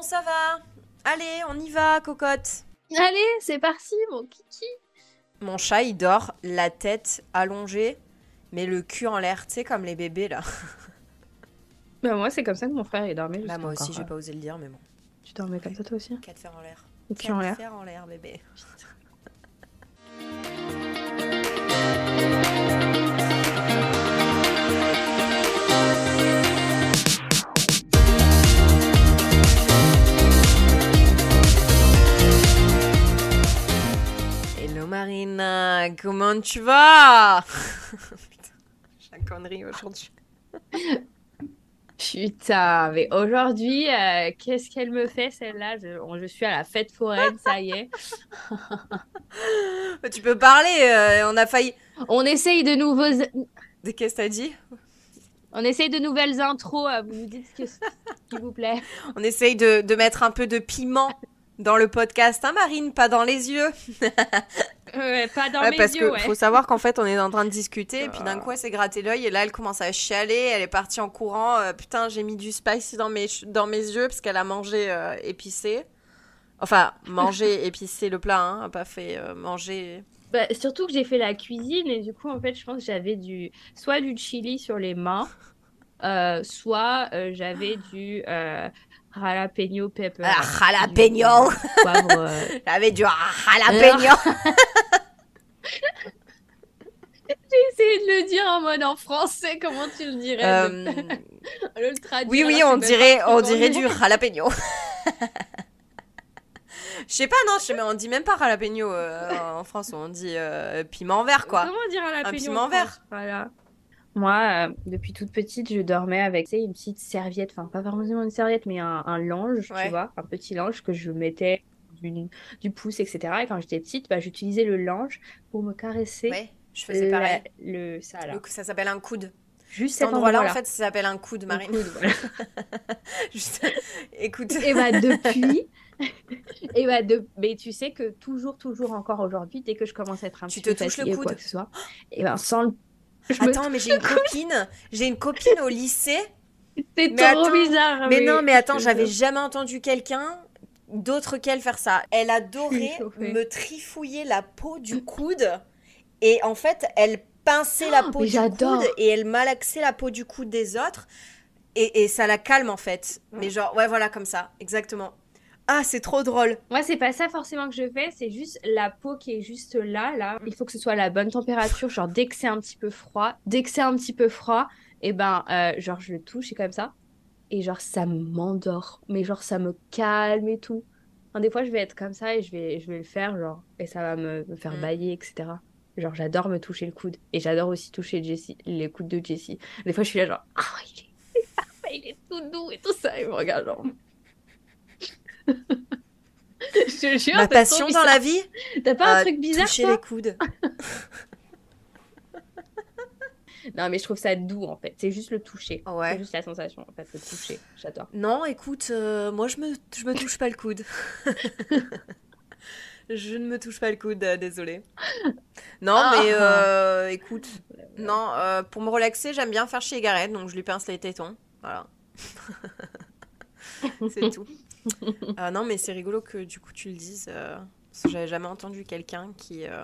ça va. Allez, on y va, cocotte. Allez, c'est parti, mon kiki. Mon chat, il dort, la tête allongée, mais le cul en l'air, tu sais, comme les bébés, là. Bah moi, c'est comme ça que mon frère il dormait Bah, jusqu'à moi aussi, encore. j'ai pas osé le dire, mais bon. Tu dormais comme ça toi aussi? 4 fers en l'air. Le cul en l'air. 4 fers en l'air, bébé. Hello Marina, comment tu vas? Putain, j'ai la connerie aujourd'hui. Putain, mais aujourd'hui, qu'est-ce qu'elle me fait celle-là? Je suis à la fête foraine, ça y est. Tu peux parler, on a failli... On essaye de nouveaux... Qu'est-ce que t'as dit? On essaye de nouvelles intros, vous nous dites s'il vous plaît. On essaye de mettre un peu de piment dans le podcast, hein Marine, pas dans les yeux. Ouais, pas dans Ouais, mes parce yeux, que ouais. faut savoir qu'en fait on est en train de discuter et puis d'un coup elle s'est gratté l'œil et là elle commence à chialer, elle est partie en courant, putain j'ai mis du spicy dans mes yeux parce qu'elle a mangé épicé. Enfin, manger épicé le plat, hein, pas fait manger... Bah, surtout que j'ai fait la cuisine et du coup, en fait, je pense que j'avais soit du chili sur les mains, soit j'avais du jalapeno pepper, Ah, du jalapeno. poivre. J'avais du jalapeno. J'ai essayé de le dire en mode en français, comment tu le dirais, le traduire. Oui, Là, on c'est même pas un truc dirait en du jalapeno. Je sais pas, non, on dit même pas jalapeno en France, on dit piment vert, quoi. Comment dire Un jalapeno piment en France? vert. Voilà. Moi, depuis toute petite, je dormais avec, tu sais, une petite serviette, enfin pas vraiment une serviette, mais un linge, tu Ouais. vois, un petit linge que je mettais du pouce, etc. Et quand j'étais petite, bah, j'utilisais le linge pour me caresser Ouais, je faisais pareil. ça là. Ça s'appelle un coude. Juste Cet cet endroit-là, en endroit-là. fait, ça s'appelle un coude, Un Marine. coude, voilà. Juste, écoute. Et bah depuis, mais tu sais que toujours encore aujourd'hui, dès que je commence à être un Tu petit te peu touches le fatiguée ou quoi coude. que ce soit, et ben je me Attends, mais touche le coude. j'ai une copine au lycée. C'est Mais trop attends, bizarre, mais non, mais mais je attends, te j'avais jure, jamais entendu quelqu'un d'autre qu'elle faire ça. Elle je suis adorait chauffée. me trifouiller la peau du coude. Et en fait, elle pinçait la peau Mais du coude j'adore. et elle malaxait la peau du coude des autres. Et ça la calme en fait. Mais genre, ouais, voilà, comme ça, exactement. Ah, c'est trop drôle. Moi, c'est pas ça forcément que je fais, c'est juste la peau qui est juste là. Il faut que ce soit à la bonne température, genre dès que c'est un petit peu froid, et ben, genre je le touche et comme ça, et genre ça m'endort, mais genre ça me calme et tout. Enfin, des fois, je vais être comme ça et je vais le faire, genre, et ça va me faire Mm. bailler, etc. Genre, j'adore me toucher le coude, et j'adore aussi toucher les coudes de Jessie. Des fois, je suis là, genre, ah, c'est parfait, il est tout doux et tout ça, et il me regarde, genre, je te jure, Ma c'est trop passion dans la bizarre. vie, T'as pas un truc bizarre, toucher toi? les coudes. Non, mais je trouve ça doux, en fait. C'est juste le toucher. C'est Ouais. juste la sensation, en fait, le toucher. J'adore. Non, écoute, moi je me touche pas le coude. Je ne me touche pas le coude, désolée. Non, mais Ah! écoute, non, pour me relaxer, j'aime bien faire chez Gareth, donc je lui pince les tétons. Voilà, c'est tout. Non, mais c'est rigolo que du coup tu le dises. Parce que j'avais jamais entendu quelqu'un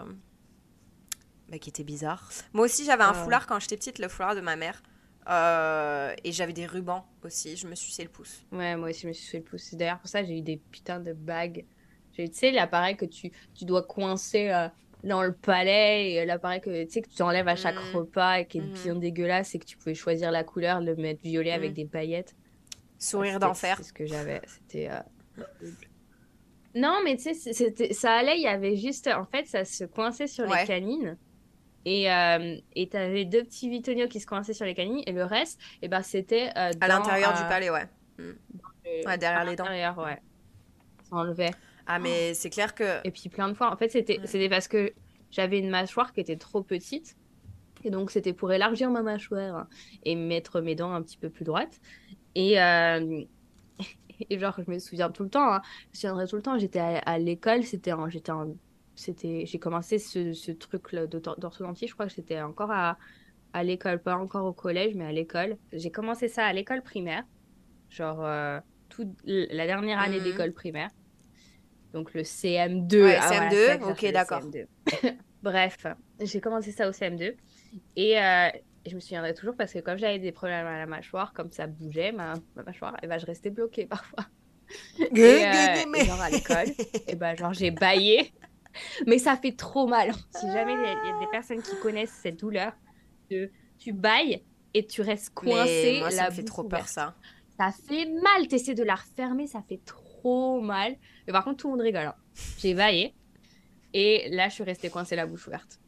qui était bizarre. Moi aussi, j'avais un Ah. foulard quand j'étais petite, le foulard de ma mère. Et j'avais des rubans aussi. Je me suçais le pouce. Ouais, moi aussi, je me suis fait le pouce. C'est d'ailleurs pour ça que j'ai eu des putains de bagues. J'ai eu, tu sais, l'appareil que tu dois coincer dans le palais, et l'appareil que tu sais que tu enlèves à chaque Mm, repas et qui est bien mhm, dégueulasse et que tu pouvais choisir la couleur, le mettre violet avec mm. des paillettes. Sourire C'était d'enfer. ce que j'avais. C'était horrible. Non, mais tu sais, ça allait, il y avait juste, en fait, ça se coinçait sur les Ouais, canines. Et t'avais deux petits vitonios qui se coinçaient sur les canines, et le reste, et ben, c'était à l'intérieur du palais, ouais. Mm. Ouais, à derrière les dents. l'intérieur, ouais. Ça enlevait. Ah, Oh. mais c'est clair que... Et puis plein de fois, en fait, Ouais. c'était parce que j'avais une mâchoire qui était trop petite. Et donc, c'était pour élargir ma mâchoire et mettre mes dents un petit peu plus droites. Et, et genre, je me souviens tout le temps, hein. Je me souviendrai tout le temps. J'étais à l'école, j'ai commencé ce truc-là d'orthodontie. Je crois que j'étais encore à l'école, pas encore au collège, mais à l'école. J'ai commencé ça à l'école primaire. Genre, la dernière année Mhm. d'école primaire. Donc le CM2. Ouais, Ah voilà, c'est là CM2, que je ok, cherchais le d'accord. CM2. Bref, j'ai commencé ça au CM2. Et je me souviendrai toujours parce que comme j'avais des problèmes à la mâchoire, comme ça bougeait ma mâchoire, et ben, je restais bloquée parfois. Et genre à l'école, et ben, genre j'ai bâillé. Mais ça fait trop mal. Si jamais il y a des personnes qui connaissent cette douleur, tu bailles et tu restes Mais coincé, moi, ça me la fait bouche trop peur, ouverte. ça. Ça fait mal. T'essaies de la refermer, ça fait trop mal. Mais par contre, tout le monde rigole, hein. J'ai baillé et là, je suis restée coincée, la bouche ouverte.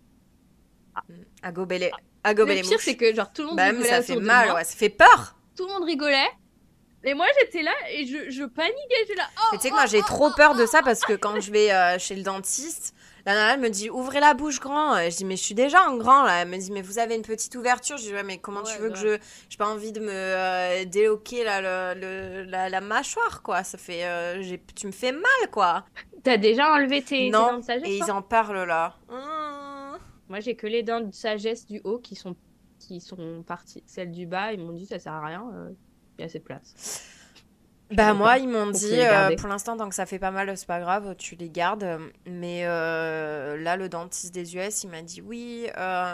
À Le gober les pire, c'est mouches. que genre tout le monde Bah, mais rigolait ça fait autour de mal, moi. ouais, ça fait peur. Tout le monde rigolait. Et moi, j'étais là et je paniquais. J'étais là. Oh, Mais tu sais que oh, moi, j'ai oh, trop oh, peur de ça oh. parce que quand je vais chez le dentiste, la nana elle me dit ouvrez la bouche grand. Je dis mais je suis déjà en grand là. Elle me dit mais vous avez une petite ouverture. Je dis ouais mais comment tu Ouais, veux que grave. j'ai pas envie de me déloquer là, la mâchoire quoi. Ça fait tu me fais mal quoi. T'as déjà enlevé tes dents Non de sagesse, et ils toi? en parlent là. Moi, j'ai que les dents de sagesse du haut qui sont parties. Celles du bas, ils m'ont dit ça sert à rien, il y a assez de place. Je fais Bah moi d'accord. ils m'ont Vous dit pouvez les garder. pour l'instant tant que ça fait pas mal c'est pas grave tu les gardes mais là le dentiste des US il m'a dit oui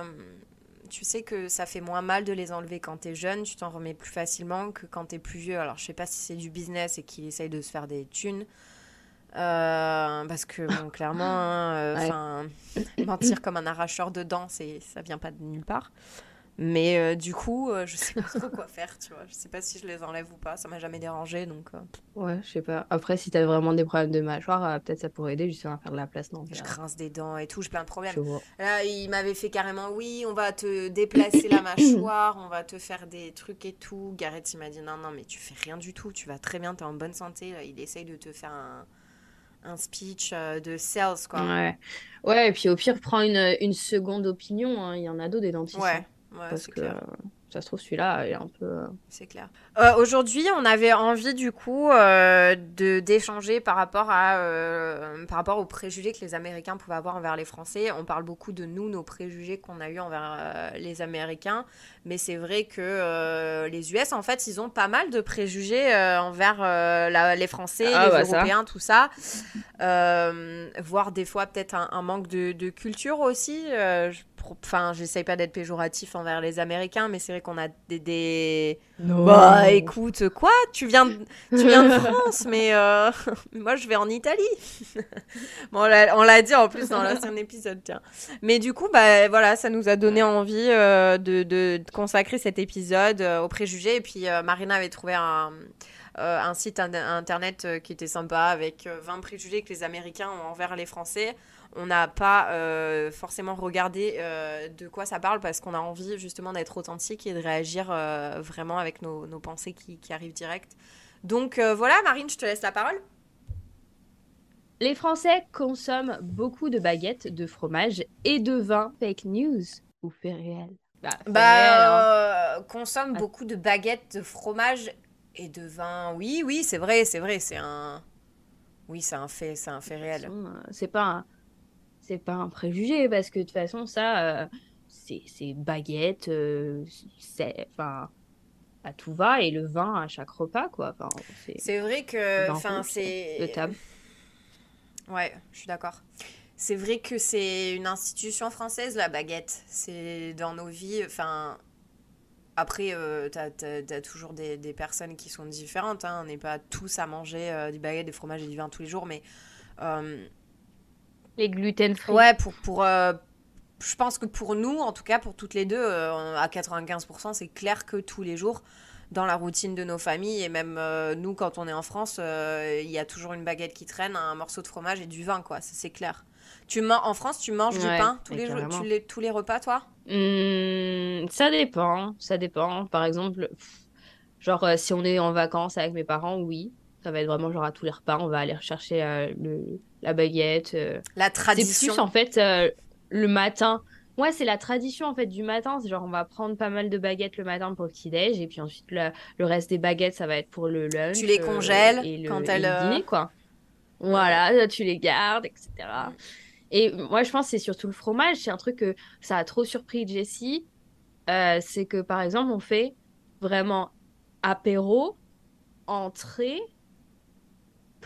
tu sais que ça fait moins mal de les enlever quand t'es jeune tu t'en remets plus facilement que quand t'es plus vieux alors je sais pas si c'est du business et qu'il essaye de se faire des thunes parce que bon clairement Ouais. enfin mentir comme un arracheur de dents ça vient pas de nulle part mais du coup, je sais pas trop quoi faire, tu vois. Je sais pas si je les enlève ou pas. Ça m'a jamais dérangé, donc Ouais, je sais pas. Après, si t'as vraiment des problèmes de mâchoire, peut-être ça pourrait aider justement à faire de la place je dentaire. grince des dents et tout, j'ai plein de problèmes. Je vois. Là, il m'avait fait carrément, oui, on va te déplacer la mâchoire, on va te faire des trucs et tout. Gareth, il m'a dit, non, non, mais tu fais rien du tout, tu vas très bien, t'es en bonne santé. Là, il essaye de te faire un speech de sales, quoi. Ouais. Ouais, et puis au pire, prends une seconde opinion, hein. Il y en a d'autres des dentistes, Ouais, hein. ouais, Parce c'est que clair. ça se trouve, celui-là, il est un peu. C'est clair. Aujourd'hui, on avait envie du coup de d'échanger par rapport aux préjugés que les Américains pouvaient avoir envers les Français. On parle beaucoup de nous, nos préjugés qu'on a eu envers les Américains, mais c'est vrai que les US, en fait, ils ont pas mal de préjugés envers les Français, Ah les bah ça. Européens, tout ça. Voire des fois peut-être un manque de culture aussi. Enfin, j'essaye pas d'être péjoratif envers les Américains, mais c'est vrai qu'on a des... Bah Non. écoute, quoi? Tu viens de France, mais moi je vais en Italie. Bon, on l'a dit en plus dans l'ancien épisode, tiens. Mais du coup, bah voilà, ça nous a donné Ouais. envie de consacrer cet épisode aux préjugés. Et puis Marina avait trouvé un site internet qui était sympa avec 20 préjugés que les Américains ont envers les Français. On n'a pas forcément regardé de quoi ça parle parce qu'on a envie justement d'être authentique et de réagir vraiment avec nos pensées qui arrivent direct. Donc voilà, Marine, je te laisse la parole. Les Français consomment beaucoup de baguettes, de fromage et de vin. Fake news ou fait réel? Bah, fait réel, hein. Consomme Ah, beaucoup de baguettes, de fromage et de vin. Oui, oui, c'est vrai, c'est vrai, oui, c'est un fait de toute réel. façon, c'est pas un préjugé parce que de toute façon, ça, c'est baguette, enfin, à tout va et le vin à chaque repas, quoi. Enfin, c'est C'est vrai que, vin enfin, rouge de table. ouais, je suis d'accord. C'est vrai que c'est une institution française, la baguette. C'est dans nos vies. Enfin, après, t'as toujours des personnes qui sont différentes. Hein. On n'est pas tous à manger des baguettes, des fromages et du vin tous les jours. Mais euh, Les gluten free. ouais, je pense que pour nous, en tout cas pour toutes les deux, à 95%, c'est clair que tous les jours, dans la routine de nos familles, et même nous, quand on est en France, il y a toujours une baguette qui traîne, un morceau de fromage et du vin, quoi. Ça, c'est clair. En France, tu manges du Ouais, pain tous mais les jours, carrément. tous les repas, toi? Ça dépend, ça dépend. Par exemple, genre si on est en vacances avec mes parents, oui, ça va être vraiment genre à tous les repas, on va aller rechercher la baguette. La C'est plus tradition. en fait le matin. Ouais, c'est la tradition en fait du matin. C'est genre on va prendre pas mal de baguettes le matin pour le petit-déj et puis ensuite le reste des baguettes ça va être pour le Tu lunch les congèles et le, quand et elles... le dîner quoi. Ouais. Voilà, tu les gardes, etc. Et moi je pense que c'est surtout le fromage. C'est un truc que ça a trop surpris Jessie. C'est que par exemple on fait vraiment apéro, entrée.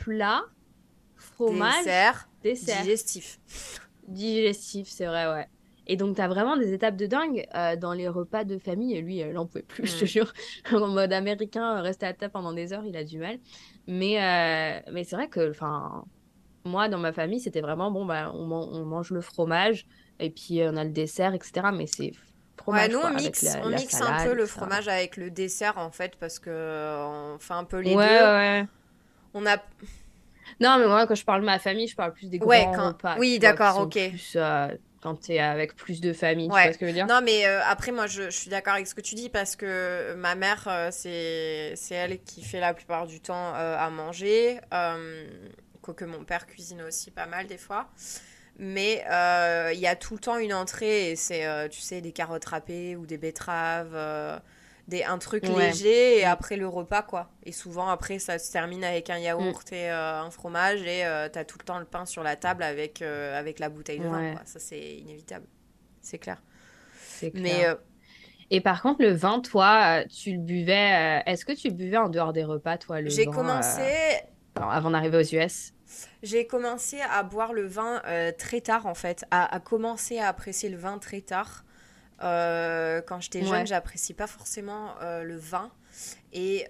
plat, fromage, Dessert, dessert. digestif. Digestif, c'est vrai, ouais. Et donc, t'as vraiment des étapes de dingue dans les repas de famille. Et lui, il en pouvait plus, je te Mm. jure. En mode américain, rester à table pendant des heures, il a du mal. Mais c'est vrai que, enfin, moi, dans ma famille, c'était vraiment, bon, bah, on mange le fromage, et puis on a le dessert, etc. Mais c'est Ouais, fromage, nous quoi, avec on la mixe un peu salade, le etc. fromage avec le dessert en fait parce que on fait un peu Ouais, les ouais, deux. ouais. On a Non, mais moi, quand je parle de ma famille, je parle plus des ouais grands quand repas, oui tu vois, qui d'accord sont ok plus quand t'es avec plus de famille, tu vois ouais ce que je veux dire? non mais après moi je suis d'accord avec ce que tu dis parce que ma mère c'est elle qui fait la plupart du temps à manger quoique mon père cuisine aussi pas mal des fois. Mais il y a tout le temps une entrée et c'est, tu sais, des carottes râpées ou des betteraves, un truc Ouais. léger et Mm, après le repas, quoi. Et souvent, après, ça se termine avec un mm, yaourt et un fromage et t'as tout le temps le pain sur la table avec la bouteille de vin, ouais, quoi. Ça, c'est inévitable. C'est clair. c'est Mais clair. Et par contre, le vin, toi, tu le buvais. Est-ce que tu le buvais en dehors des repas, toi, le j'ai vin, commencé, avant d'arriver aux US? j'ai commencé à boire le vin très tard, en fait. À commencer à apprécier le vin très tard. Quand j'étais jeune, Ouais. j'apprécie pas forcément le vin. Et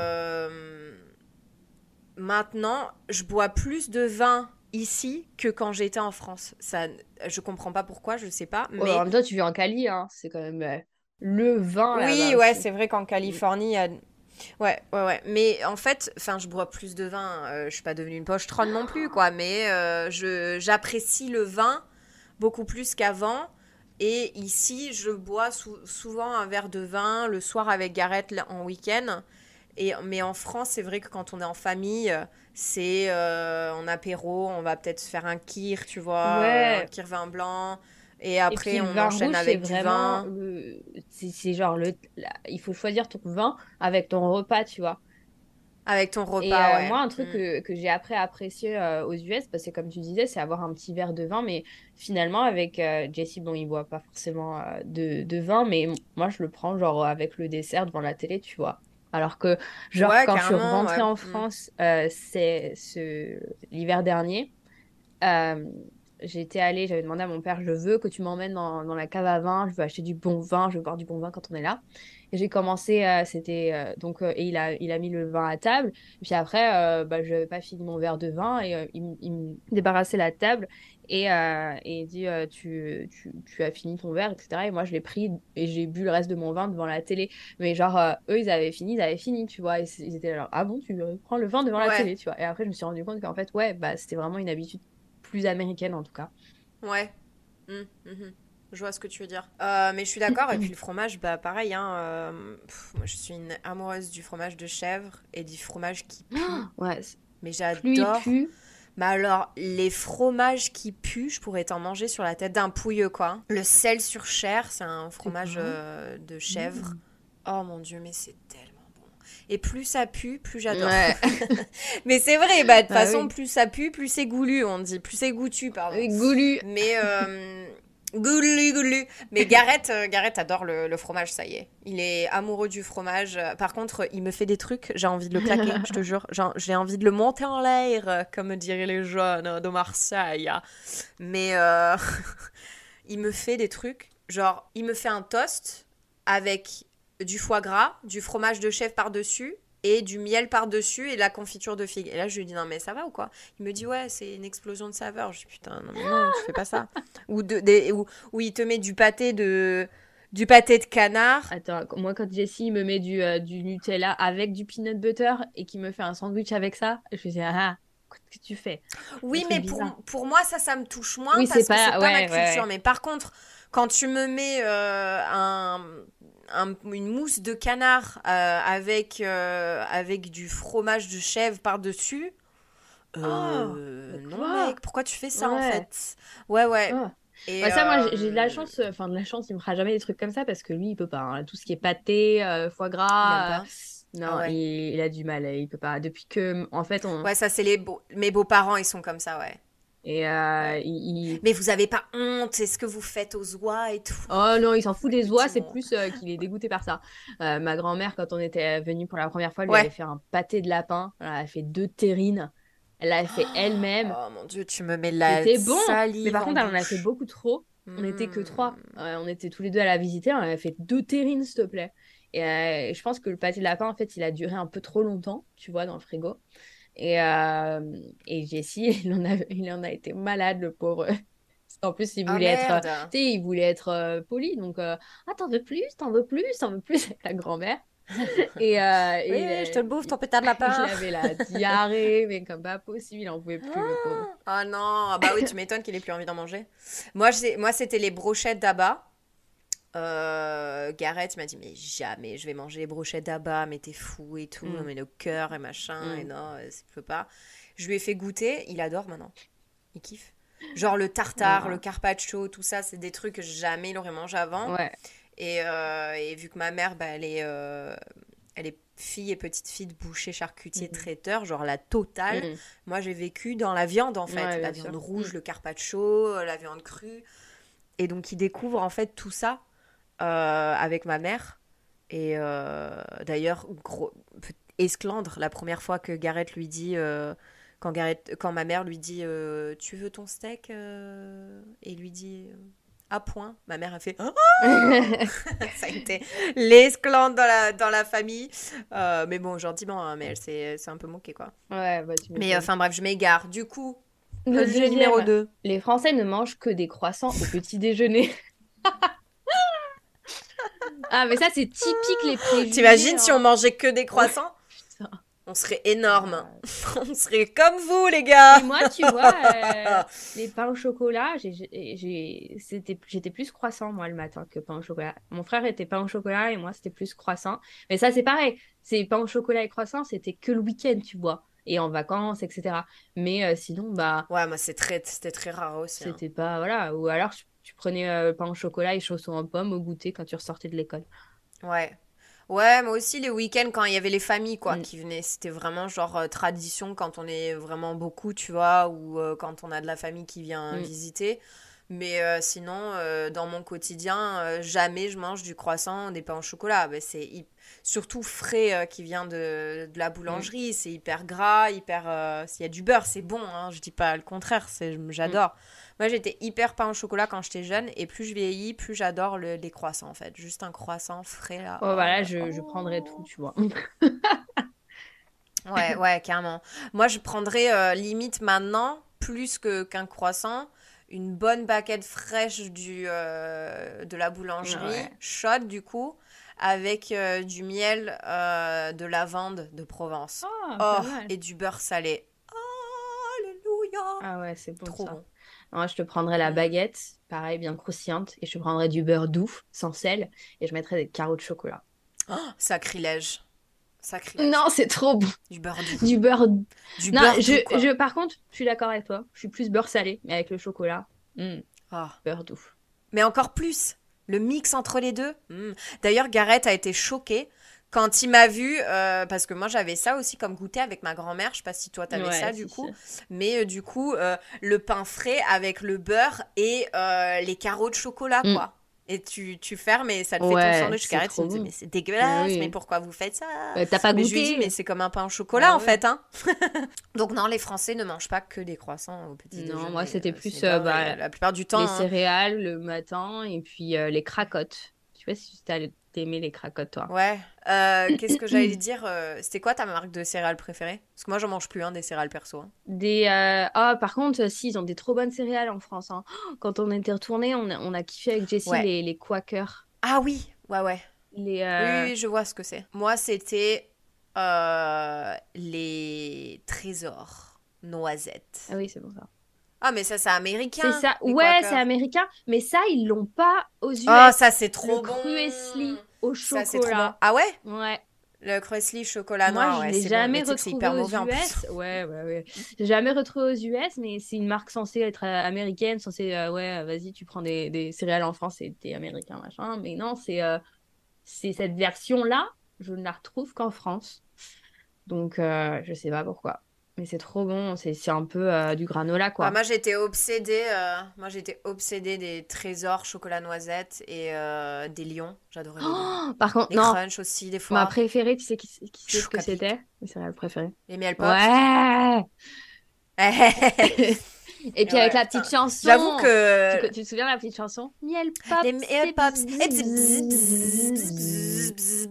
maintenant, je bois plus de vin ici que quand j'étais en France. Ça, je comprends pas pourquoi, je sais pas. Ouais, en Mais même temps, tu vis en Cali, hein. C'est quand même le vin oui, là-bas ouais, aussi. c'est vrai qu'en Mm. Californie, il y a... Ouais, ouais, ouais. Mais en fait, enfin, je bois plus de vin. Je suis pas devenue une pochetronne non plus, quoi. Mais j'apprécie le vin beaucoup plus qu'avant. Et ici, je bois souvent un verre de vin le soir avec Gareth en week-end. Mais en France, c'est vrai que quand on est en famille, c'est en apéro, on va peut-être se faire un kir, tu vois, un Ouais. kir vin blanc. Et Et puis après, le on vin enchaîne rouge, c'est avec du vraiment vin. c'est genre il faut choisir ton vin avec ton repas, tu vois. Avec ton Et repas, ouais. moi, un truc Mm. que j'ai appris à apprécier aux US, parce que comme tu disais, c'est avoir un petit verre de vin. Mais finalement, avec Jessie, bon, il boit pas forcément de vin, mais moi, je le prends genre avec le dessert devant la télé, tu vois. Alors que, genre, Ouais, quand je suis carrément, ouais. rentrée en Mm. France, l'hiver dernier, euh, j'avais demandé à mon père, je veux que tu m'emmènes dans la cave à vin, je veux acheter du bon vin, je veux boire du bon vin quand on est là. Et j'ai commencé, et il a mis le vin à table. Et puis après, bah, je n'avais pas fini mon verre de vin et il me débarrassait la table et il dit, tu as fini ton verre, etc. Et moi, je l'ai pris et j'ai bu le reste de mon vin devant la télé. Mais genre, eux, ils avaient fini, tu vois. Et ils étaient là, ah bon, tu prends le vin devant la Ouais, télé, tu vois. Et après, je me suis rendu compte qu'en fait, ouais, bah, c'était vraiment une habitude plus américaine en tout cas. ouais. Mm, mhm. Je vois ce que tu veux dire. Mais je suis d'accord. Et puis le fromage, bah pareil, hein. Moi, je suis une amoureuse du fromage de chèvre et du fromage qui pue. Ouais, Mais plus il j'adore. pue. Mais alors, les fromages qui puent, je pourrais t'en manger sur la tête d'un pouilleux, quoi. Le sel sur chair, c'est un C'est fromage quoi? de chèvre. Mm. Oh mon Dieu, mais c'est tellement bon. Et plus ça pue, plus j'adore. Ouais, Mais c'est vrai, bah de toute bah façon, oui. plus ça pue, plus c'est goulu, on dit. Plus c'est goûtu, pardon. Goulu. Mais goulu, goulu. Mais Gareth adore le fromage, ça y est. Il est amoureux du fromage. Par contre, il me fait des trucs, j'ai envie de le claquer, je te jure. J'ai envie de le monter en l'air, comme diraient les jeunes de Marseille. Mais il me fait des trucs, genre, il me fait un toast avec du foie gras, du fromage de chèvre par-dessus et du miel par-dessus et de la confiture de figue. Et là, je lui dis, non, mais ça va ou quoi? Il me dit, ouais, c'est une explosion de saveur. Je dis, putain, non, mais non, tu fais pas ça. Ou il te met du pâté de canard. Attends, moi quand Jessie me met du Nutella avec du peanut butter et qui me fait un sandwich avec ça, je me dis, ah, qu'est-ce que tu fais? Un Oui, truc mais bizarre. pour moi, ça me touche moins Oui, c'est parce que c'est pas... pas ma Ouais, ouais, culture. ouais. Mais par contre, quand tu me mets une mousse de canard avec du fromage de chèvre par-dessus, Oh, non, quoi? mec, pourquoi tu fais ça en Ouais. fait? Ouais, ouais. Oh. Et Bah ça, moi, j'ai de la chance, enfin de la chance, il me fera jamais des trucs comme ça parce que lui, il peut pas, hein. Tout ce qui est pâté, foie il aime gras, pas? Ah non, ouais. il a du mal, il peut pas. Depuis que, en fait, Ouais, ça, c'est mes beaux-parents, ils sont comme ça, ouais. et Ouais. il... Mais vous avez pas honte? C'est ce que vous faites aux oies et tout? Oh non, il s'en fout des oies, c'est Effectivement. plus qu'il est dégoûté par ça. Ma grand-mère, quand on était venu pour la première fois, lui avait Ouais. fait un pâté de lapin. Voilà, elle a fait 2 terrines. Elle l'a fait elle-même. Oh mon Dieu, tu me mets la C'était bon. Mais salive par en contre, elle en a fait bouche. beaucoup trop. On n'était que 3. On était tous les 2 à la visiter. On avait fait 2 terrines, s'il te plaît. Et je pense que le pâté de lapin, en fait, il a duré un peu trop longtemps, tu vois, dans le frigo. Et, et Jessie, il en a été malade, le pauvre. En plus, il Ah voulait être, merde. tu sais, il voulait être poli. Donc, ah, t'en veux plus, t'en veux plus, t'en veux plus avec la grand-mère. Et Oui, je te le bouffe, ton pétard de il lapin. avait la diarrhée, mais comme pas possible, il en pouvait plus, le pauvre. Oh non, ah bah oui, tu m'étonnes qu'il ait plus envie d'en manger. Moi c'était les brochettes d'Abba. Gareth m'a dit, mais jamais je vais manger les brochettes d'Abba, mais t'es fou et tout, Mm, mais le cœur et machin, et mm. non, ça peut pas. Je lui ai fait goûter, il adore maintenant. Il kiffe. Genre le tartare, le Ah, carpaccio, tout ça, c'est des trucs que jamais il aurait mangé avant. ouais. Et vu que ma mère, bah, elle est fille et petite fille de boucher, charcutier, Mm, traiteur, genre la totale. mm. Moi, j'ai vécu dans la viande, en fait. Ouais, La bien viande sûr. Mm. rouge, le carpaccio, la viande crue. Et donc, il découvre, en fait, tout ça avec ma mère. Et d'ailleurs, esclandre, la première fois que Gareth lui dit... quand ma mère lui dit tu veux ton steak et lui dit à point, ma mère a fait oh. Ça a été l'esclandre dans la famille. Mais bon, gentiment, hein, mais elle c'est un peu moquée, quoi. Ouais, bah tu Mais m'étonnes. enfin bref, je m'égare. Du coup, Le préjugé numéro deuxième, 2. les Français ne mangent que des croissants au petit déjeuner. Ah, mais ça, c'est typique les préjugés, T'imagines si on hein. mangeait que des Ouais, croissants? putain. On serait énorme. Ah. On serait comme vous, les gars. Et moi, tu vois, les pains au chocolat, j'étais plus croissant, moi, le matin que pain au chocolat. Mon frère était pain au chocolat et moi, c'était plus croissant. Mais ça, c'est pareil. C'est pain au chocolat et croissant, c'était que le week-end, tu vois. Et en vacances, etc. Mais sinon, bah, Ouais, moi c'était très rare aussi, hein. c'était pas, voilà. Ou alors, tu prenais pain au chocolat et chaussons en pomme au goûter quand tu ressortais de l'école. Ouais. Ouais, moi aussi, les week-ends, quand il y avait les familles, quoi, Mm, qui venaient, c'était vraiment genre tradition quand on est vraiment beaucoup, tu vois, ou quand on a de la famille qui vient mm, visiter. Mais sinon, dans mon quotidien, jamais je mange du croissant, des pains au chocolat. Ben, surtout frais qui vient de la mm, boulangerie. C'est hyper gras, hyper. S'il y a du beurre, c'est bon, hein, je dis pas le contraire, mm. j'adore. Moi, j'étais hyper pain au chocolat quand j'étais jeune, et plus je vieillis, plus j'adore les croissants, en fait. Juste un croissant frais, là. Oh, Oh voilà, là là. je prendrais tout, tu vois. Ouais, ouais, carrément. Moi, je prendrais limite maintenant, plus qu'un croissant, une bonne baguette fraîche de la boulangerie, Ouais. chaude du coup, avec du miel de lavande de Provence. Ah, Oh, pas mal. et du beurre salé. Alléluia! Ah ouais, c'est bon Trop ça. bon. Moi, je te prendrais la Mm. baguette, pareil, bien croustillante, et je te prendrais du beurre doux, sans sel, et je mettrais des carreaux de chocolat. Oh, sacrilège. Sacrilège. Non, c'est trop bon. Du beurre doux. Du beurre. Du Non, beurre doux, quoi. par contre, je suis d'accord avec toi. Je suis plus beurre salé, mais avec le chocolat. Ah. Beurre doux. Mais encore plus, le mix entre les deux. D'ailleurs, Gareth a été choqué quand il m'a vu, parce que moi j'avais ça aussi comme goûter avec ma grand-mère. Je sais pas si toi t'avais Ouais, ça du si, si. coup, mais du coup, le pain frais avec le beurre et les carreaux de chocolat, Mm. quoi. Et tu fermes et ça te fait ton Ouais, sandwich. c'est Gareth, il trop me disait, bon. mais c'est Ah dégueulasse, mais oui. pourquoi vous faites ça? T'as pas Mais je lui dis, mais goûté? c'est comme un pain au chocolat Bah en ouais. fait, hein. Donc non, les Français ne mangent pas que des croissants au petit Non, moi, déjeuner. c'était C'est plus bien vrai, bah, la plupart du temps, les hein. céréales le matin, et puis les cracottes. Je sais pas si t'aimais les cracottes, toi. Ouais. Qu'est-ce que j'allais dire C'était quoi ta marque de céréales préférée? Parce que moi, j'en mange plus, hein, des céréales perso, hein. Ah, par contre, si, ils ont des trop bonnes céréales en France, hein. Quand on était retourné, on a kiffé avec Jessie Ouais. les Quakers. Ah oui, ouais, ouais. Les, Oui, oui, oui, je vois ce que c'est. Moi, c'était les trésors noisettes. Ah oui, c'est bon ça. Ah, mais ça, c'est C'est américain, ça. les Ouais, c'est Quakers. américain, mais ça, ils l'ont pas aux Oh, US. ça, c'est Le trop bon. Cruesli au Ça, c'est trop bon. chocolat. Ah ouais? Ouais. Le Croissly chocolat Moi, noir, je ouais, l'ai c'est bon. jamais Mais tu sais que c'est retrouvé hyper aux mauvais en plus. US. Ouais, ouais, ouais. J'ai jamais retrouvé aux US, mais c'est une marque censée être américaine, censée, ouais, vas-y, tu prends des céréales en France et t'es américain, machin. Mais non, c'est cette version-là, je ne la retrouve qu'en France. Donc, je sais pas pourquoi. Mais c'est trop bon, c'est un peu du granola, Ah, quoi. moi j'étais obsédée des trésors chocolat noisette et des lions. J'adorais les lions. Oh, par contre, Les non, crunchs aussi des ma fois. préférée, tu sais qui c'est ce que Chouka-pic. c'était? Mes céréales préférées. Les miel pops. Ouais! Et puis avec Ouais, la putain. petite chanson. J'avoue que Tu te souviens de la petite chanson? Miel pop, les c'est pops. bzz, Et bzz, bzz,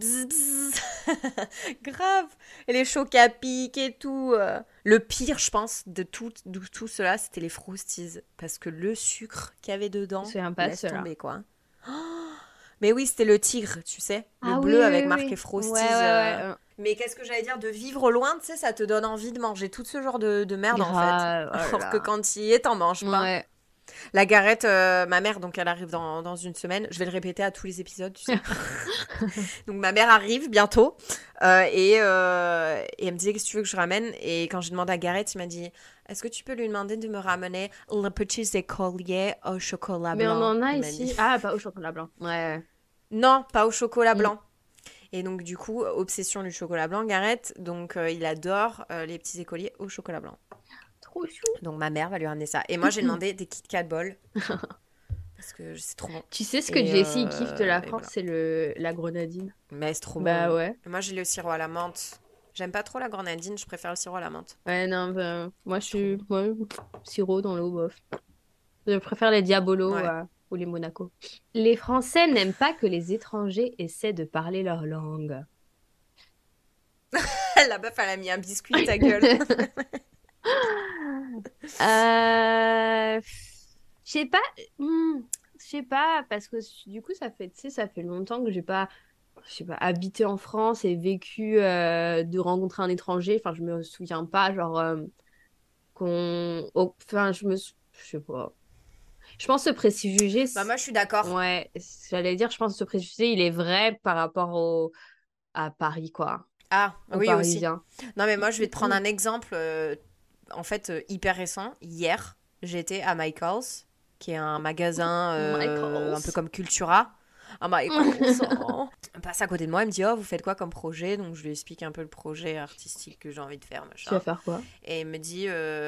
Grave. Et les chocs à pic et tout. Le pire, je pense, de tout cela, c'était les Frosties. Parce que le sucre qu'il y avait Je me dedans, souviens pas de laisse cela. tomber, quoi. Mais oui, c'était le tigre, tu sais. Le Ah oui, bleu avec oui, marqué oui. Ouais, ouais, Frosties. ouais. Mais qu'est-ce que j'allais dire? De vivre loin, tu sais, ça te donne envie de manger tout ce genre de merde, en fait. Grave, oh là Alors que là. quand tu y es, t'en manges pas. Ouais. La Garette, ma mère, donc elle arrive dans une semaine. Je vais le répéter à tous les épisodes, tu sais. Donc ma mère arrive bientôt. Et elle me disait, qu'est-ce que tu veux que je ramène? Et quand j'ai demandé à Garette, il m'a dit, est-ce que tu peux lui demander de me ramener le petit écolier au chocolat Mais on blanc? en a Il m'a dit. ici. Ah, pas au chocolat blanc. Ouais. Non, pas au chocolat Mm. blanc. Et donc du coup, obsession du chocolat blanc, Gareth. Donc il adore les petits écoliers au chocolat blanc. Trop chou. Donc ma mère va lui ramener ça. Et moi j'ai demandé des Kit Kat Ball parce que c'est trop bon. Tu sais ce que Et, Jessie kiffe de la et France, voilà. c'est la grenadine. Mais c'est trop Bah bon. ouais. Et moi j'ai le sirop à la menthe. J'aime pas trop la grenadine, je préfère le sirop à la menthe. Ouais, non, bah, moi je C'est trop suis. bon. Ouais, sirop dans l'eau, bof. Je préfère les Diabolos Ouais. ou les Monaco. Les Français n'aiment pas que les étrangers essaient de parler leur langue. La meuf elle a mis un biscuit ta gueule. Euh, je sais pas, je sais pas, parce que du coup, ça fait, tu sais, ça fait longtemps que j'ai pas, je sais pas, habité en France et vécu de rencontrer un étranger. Enfin, je me souviens pas, genre, enfin, je sais pas. Je pense que ce préjugé, Bah moi je suis d'accord. ouais, j'allais dire, je pense que ce préjugé, il est vrai par rapport à Paris, quoi, Ah aux oui aussi. Parisiens. Non mais moi je vais te prendre un exemple en fait hyper récent. Hier j'étais à Michael's qui est un magasin un peu Michaels. comme Cultura. À Michael's. Oh. On passe à côté de moi, il me dit oh vous faites quoi comme projet? Donc je lui explique un peu le projet artistique que j'ai envie de faire Tu vas machin. faire quoi? Et il me dit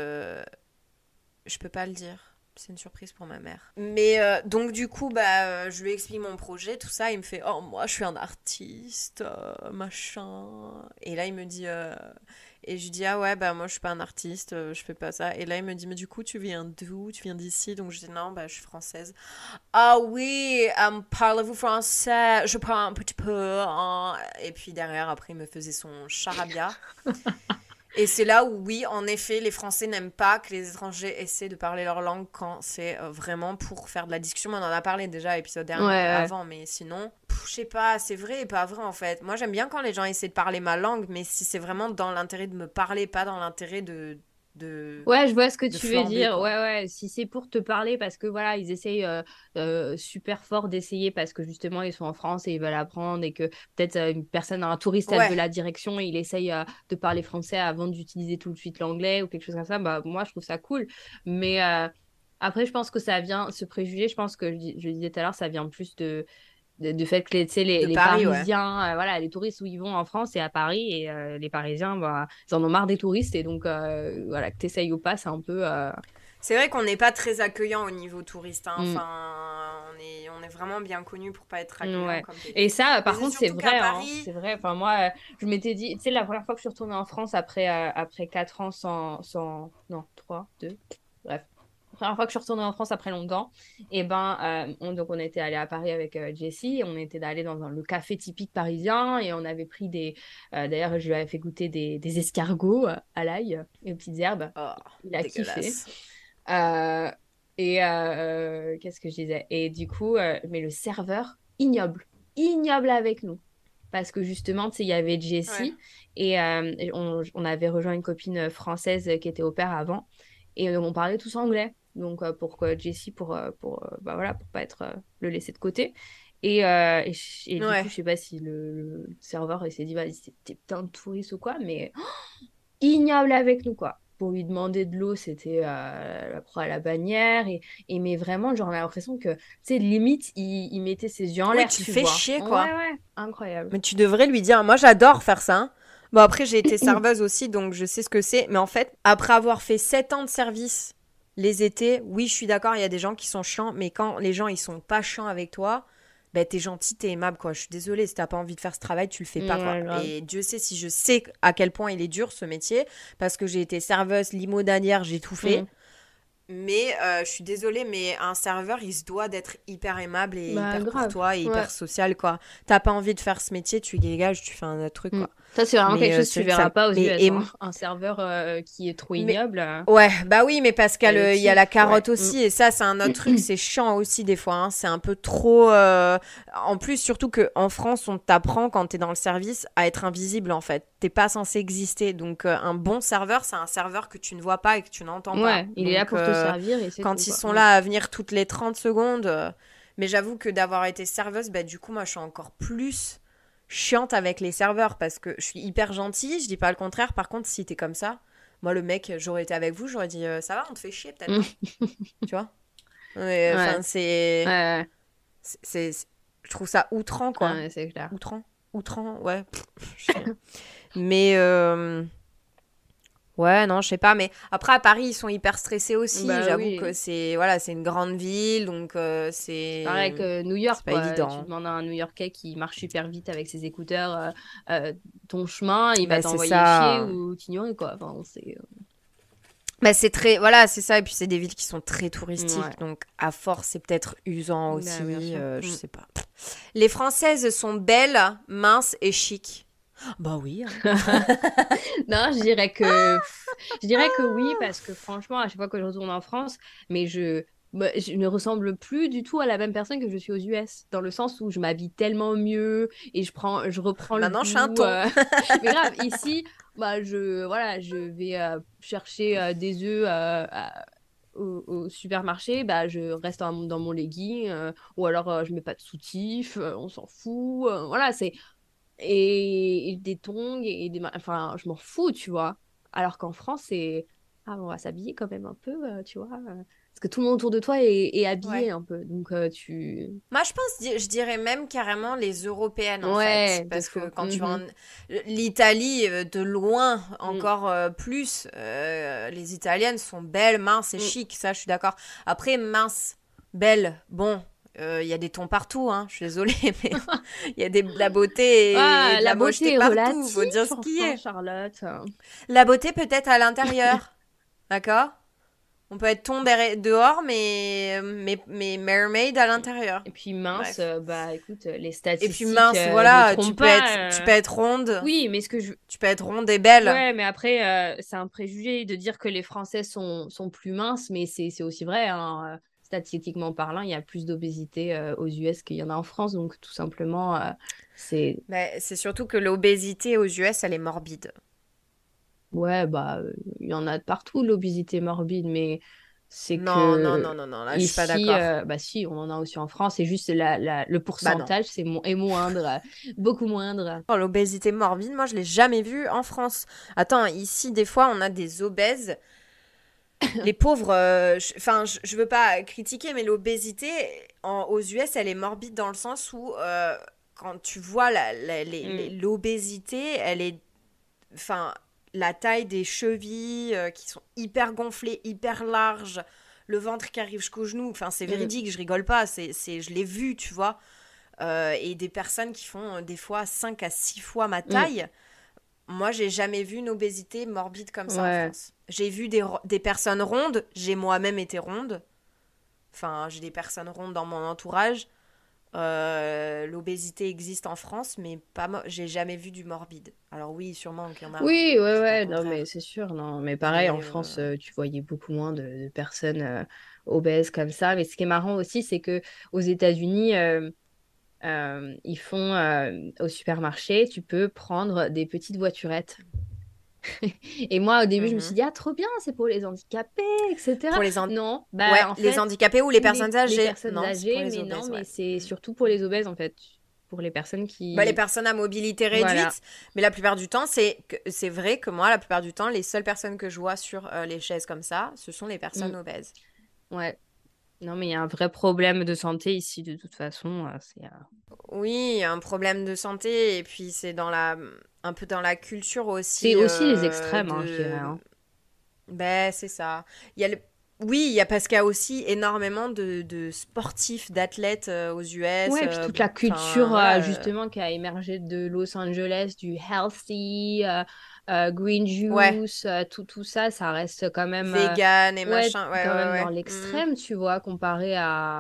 je peux pas le dire. C'est une surprise pour ma mère. Mais donc du coup, je lui explique mon projet, tout ça. Il me fait, oh moi je suis un artiste, machin. Et là il me dit, et je lui dis ah ouais moi je suis pas un artiste, je fais pas ça. Et là il me dit mais du coup tu viens d'où? Tu viens d'ici? Donc je dis non je suis française. Ah oui, parlez-vous français? Je parle un petit peu. Hein. Et puis derrière après il me faisait son charabia. Et c'est là où, oui, en effet, les Français n'aiment pas que les étrangers essaient de parler leur langue quand c'est vraiment pour faire de la discussion. On en a parlé déjà à l'épisode Ouais, ouais. avant, mais sinon, je sais pas, c'est vrai et pas vrai en fait. Moi, j'aime bien quand les gens essaient de parler ma langue, mais si c'est vraiment dans l'intérêt de me parler, pas dans l'intérêt de, Ouais, je vois ce que de tu veux flamber, dire. quoi. Ouais, ouais. Si c'est pour te parler parce que voilà, ils essayent super fort d'essayer parce que justement ils sont en France et ils veulent apprendre et que peut-être une personne, un touriste, elle veut Ouais, la direction et il essaye de parler français avant d'utiliser tout de suite l'anglais ou quelque chose comme ça. Bah moi, je trouve ça cool. Mais après, je pense que ça vient, ce préjugé, je pense que je disais tout à l'heure, ça vient plus de fait que tu sais, de les Paris, ouais. Parisiens, voilà, les touristes où ils vont en France et à Paris, et les Parisiens, bah, ils en ont marre des touristes, et donc, voilà, que t'essayes ou pas, c'est un peu... C'est vrai qu'on n'est pas très accueillant au niveau touriste. Hein. mm, Enfin, on est vraiment bien connu pour pas être accueillant, ouais. comme tu Et dit. ça, Mais par c'est contre, c'est surtout qu'à vrai, hein, Paris, c'est vrai. Enfin, moi, je m'étais dit, tu sais, la première fois que je suis retournée en France après 4 ans non, 3 2 bref. La première fois que je suis retournée en France après longtemps, et ben, donc on était allé à Paris avec Jessie, et on était allé dans le café typique parisien, et on avait pris d'ailleurs, je lui avais fait goûter des escargots à l'ail, et aux petites herbes. oh, Il a kiffé. dégueulasse. Euh, qu'est-ce que je disais? Et du coup, mais le serveur, ignoble avec nous. Parce que justement, tu sais, il y avait Ouais. Jessie et on avait rejoint une copine française qui était au pair avant et on parlait tous anglais. Donc pour que Jessie, bah voilà, pour pas être le laisser de côté. Et du coup, Ouais. je sais pas si le serveur il s'est dit, vas-y, c'était peut-être un touriste ou quoi, mais ignoble avec nous, quoi. Pour lui demander de l'eau, c'était à la bannière. Mais vraiment, genre, on a l'impression que, tu sais, limite, il mettait ses yeux en Oui, l'air, tu le tu fais vois. chier, Ouais, quoi. ouais, incroyable. Mais tu devrais lui dire, moi j'adore faire ça. Hein. Bon, après, j'ai été serveuse aussi, donc je sais ce que c'est. Mais en fait, après avoir fait 7 ans de service les étés, oui, je suis d'accord, il y a des gens qui sont chiants, mais quand les gens, ils sont pas chiants avec toi, ben, t'es gentil, t'es aimable, quoi. Je suis désolée, si t'as pas envie de faire ce travail, tu le fais pas, quoi. Ouais, grave. Et Dieu sait si je sais à quel point il est dur, ce métier, parce que j'ai été serveuse, limo-danière, j'ai tout fait. Mm. Mais je suis désolée, mais un serveur, il se doit d'être hyper aimable et Bah, hyper grave. courtois et Ouais. hyper social, quoi. T'as pas envie de faire ce métier, tu dégages, tu fais un autre truc, Mm. quoi. Ça, c'est vraiment quelque Mais chose que c'est tu vrai que ça... verras pas aux Mais, US, hein. Un serveur qui est trop mais ignoble, ouais, bah oui, mais parce qu'il y a, le il y a la type, ouais. carotte aussi, et ça, c'est un autre truc, c'est chiant aussi des fois, hein. C'est un peu trop... En plus, surtout qu'en France, on t'apprend quand t'es dans le service à être invisible, en fait. T'es pas censé exister, donc un bon serveur, c'est un serveur que tu ne vois pas et que tu n'entends pas. Ouais, il est là Donc, pour te servir et c'est tout, quand ils quoi. sont là à venir toutes les 30 secondes... Mais j'avoue que d'avoir été serveuse, bah du coup, moi, je suis encore plus chiante avec les serveurs parce que je suis hyper gentille, je dis pas le contraire. Par contre, si t'es comme ça, moi, le mec, j'aurais été avec vous, j'aurais dit ça va, on te fait chier peut-être, Mm. non? Tu vois? Mais, Ouais, enfin, c'est... ouais, Je trouve ça outrant, ouais, quoi. ouais, c'est clair. Outrant, ouais. Je sais rien. Mais, ouais, non, je sais pas. Mais après, à Paris, ils sont hyper stressés aussi. Bah J'avoue que oui. c'est... Voilà, c'est une grande ville, donc C'est pareil que New York, c'est pas quoi. Tu évident. demandes à un New-Yorkais qui marche super vite avec ses écouteurs ton chemin, il va Bah, c'est t'envoyer chier ça. ou t'ignorer, quoi. Enfin, c'est... Bah, c'est très... Voilà, c'est ça. Et puis, c'est des villes qui sont très Ouais, touristiques. Donc, à force, c'est peut-être usant bah, bien aussi. sûr. Je sais pas. Les Françaises sont belles, minces et chic. Bah oui, hein. Non, je dirais que oui, parce que franchement, à chaque fois que je retourne en France, mais je ne ressemble plus du tout à la même personne que je suis aux US, dans le sens où je m'habille tellement mieux et je reprends le Maintenant, je suis un goût. ton. Mais grave, ici, bah, voilà, je vais chercher des œufs au supermarché, bah, je reste dans mon legging, ou alors je mets pas de soutif, on s'en fout. Voilà, et des tongs enfin je m'en fous, tu vois, alors qu'en France c'est on va s'habiller quand même un peu, tu vois, parce que tout le monde autour de toi est Ouais. habillé un peu, donc tu Moi, je pense, je dirais même carrément les européennes, en fait. ouais, de Parce faux. que quand tu vas en... L'Italie, de loin, Mm. encore plus, les Italiennes sont belles, minces et Mm. chic, ça, je suis d'accord. Après, minces, belles, bon, il y a des tons partout, hein, je suis désolée, mais il y a de la beauté et de La la mocheté beauté est partout, faut relative, dire ce qui enfin, est. Charlotte. La beauté peut-être à l'intérieur, d'accord? On peut être dehors, mais mermaid à l'intérieur. Et puis mince, Bref. bah écoute, les Et puis statistiques mince, me voilà, trompent pas. tu peux être ronde, Oui, mais ce que je tu peux être ronde et belle. ouais, mais après, c'est un préjugé de dire que les Français sont plus minces, mais c'est aussi vrai, hein. Statistiquement parlant, il y a plus d'obésité aux US qu'il y en a en France, donc tout simplement, c'est... Mais c'est surtout que l'obésité aux US, elle est morbide. Ouais, bah, il y en a de partout, l'obésité morbide, mais c'est Non, non, que non, non, non, là, je suis pas ici, d'accord. bah si, on en a aussi en France, c'est juste le Bah non. pourcentage est moindre, beaucoup moindre. Oh, l'obésité morbide, moi, je l'ai jamais vue en France. Attends, ici, des fois, on a des obèses. Les pauvres, enfin, je veux pas critiquer, mais l'obésité aux US, elle est morbide dans le sens où quand tu vois Mm, l'obésité, elle est, enfin, la taille des chevilles qui sont hyper gonflées, hyper larges, le ventre qui arrive jusqu'aux genoux, enfin, c'est mm, véridique, je rigole pas, je l'ai vu, tu vois. Et des personnes qui font des fois 5 à 6 fois ma mm. taille. Moi, j'ai jamais vu une obésité morbide comme ça en Ouais. France. J'ai vu des personnes rondes, j'ai moi-même été ronde. Enfin, j'ai des personnes rondes dans mon entourage. L'obésité existe en France, mais pas j'ai jamais vu du morbide. Alors oui, sûrement qu'il y en a, hein. Oui, ouais, Je dis pas le ouais, non, mais contraire. c'est sûr, non. Mais pareil, en Mais France, tu voyais beaucoup moins de personnes obèses comme ça. Mais ce qui est marrant aussi, c'est que aux États-Unis, ils font au supermarché, tu peux prendre des petites voiturettes. Et moi, au début, je me suis mhm. dit, ah, trop bien, c'est pour les handicapés, etc. Pour Non, ouais, bah, en les fait, handicapés ou les les, personnes les âgées. personnes Non, c'est pour âgées, les mais non, obèses, mais ouais. c'est Mm. surtout pour les obèses, en fait. Pour les personnes Bah, les qui. personnes à mobilité Voilà. réduite, mais la plupart du temps, c'est vrai que moi, la plupart du temps, les seules personnes que je vois sur les chaises comme ça, ce sont les Mm, personnes obèses. ouais. Non, mais il y a un vrai problème de santé ici, de toute façon. Oui, il y a un problème de santé et puis c'est un peu dans la culture C'est aussi aussi les extrêmes, hein, je dirais, de. hein. Ben c'est ça. Il y a Oui, il y a parce qu'il y a aussi énormément de sportifs, d'athlètes aux US. Ouais, puis toute la Enfin, culture voilà. justement qui a émergé de Los Angeles, du healthy, green Ouais, juice, tout ça, ça reste quand même, vegan et ouais, machin. Ouais, quand ouais, même dans ouais. Mhm. l'extrême, tu vois, comparé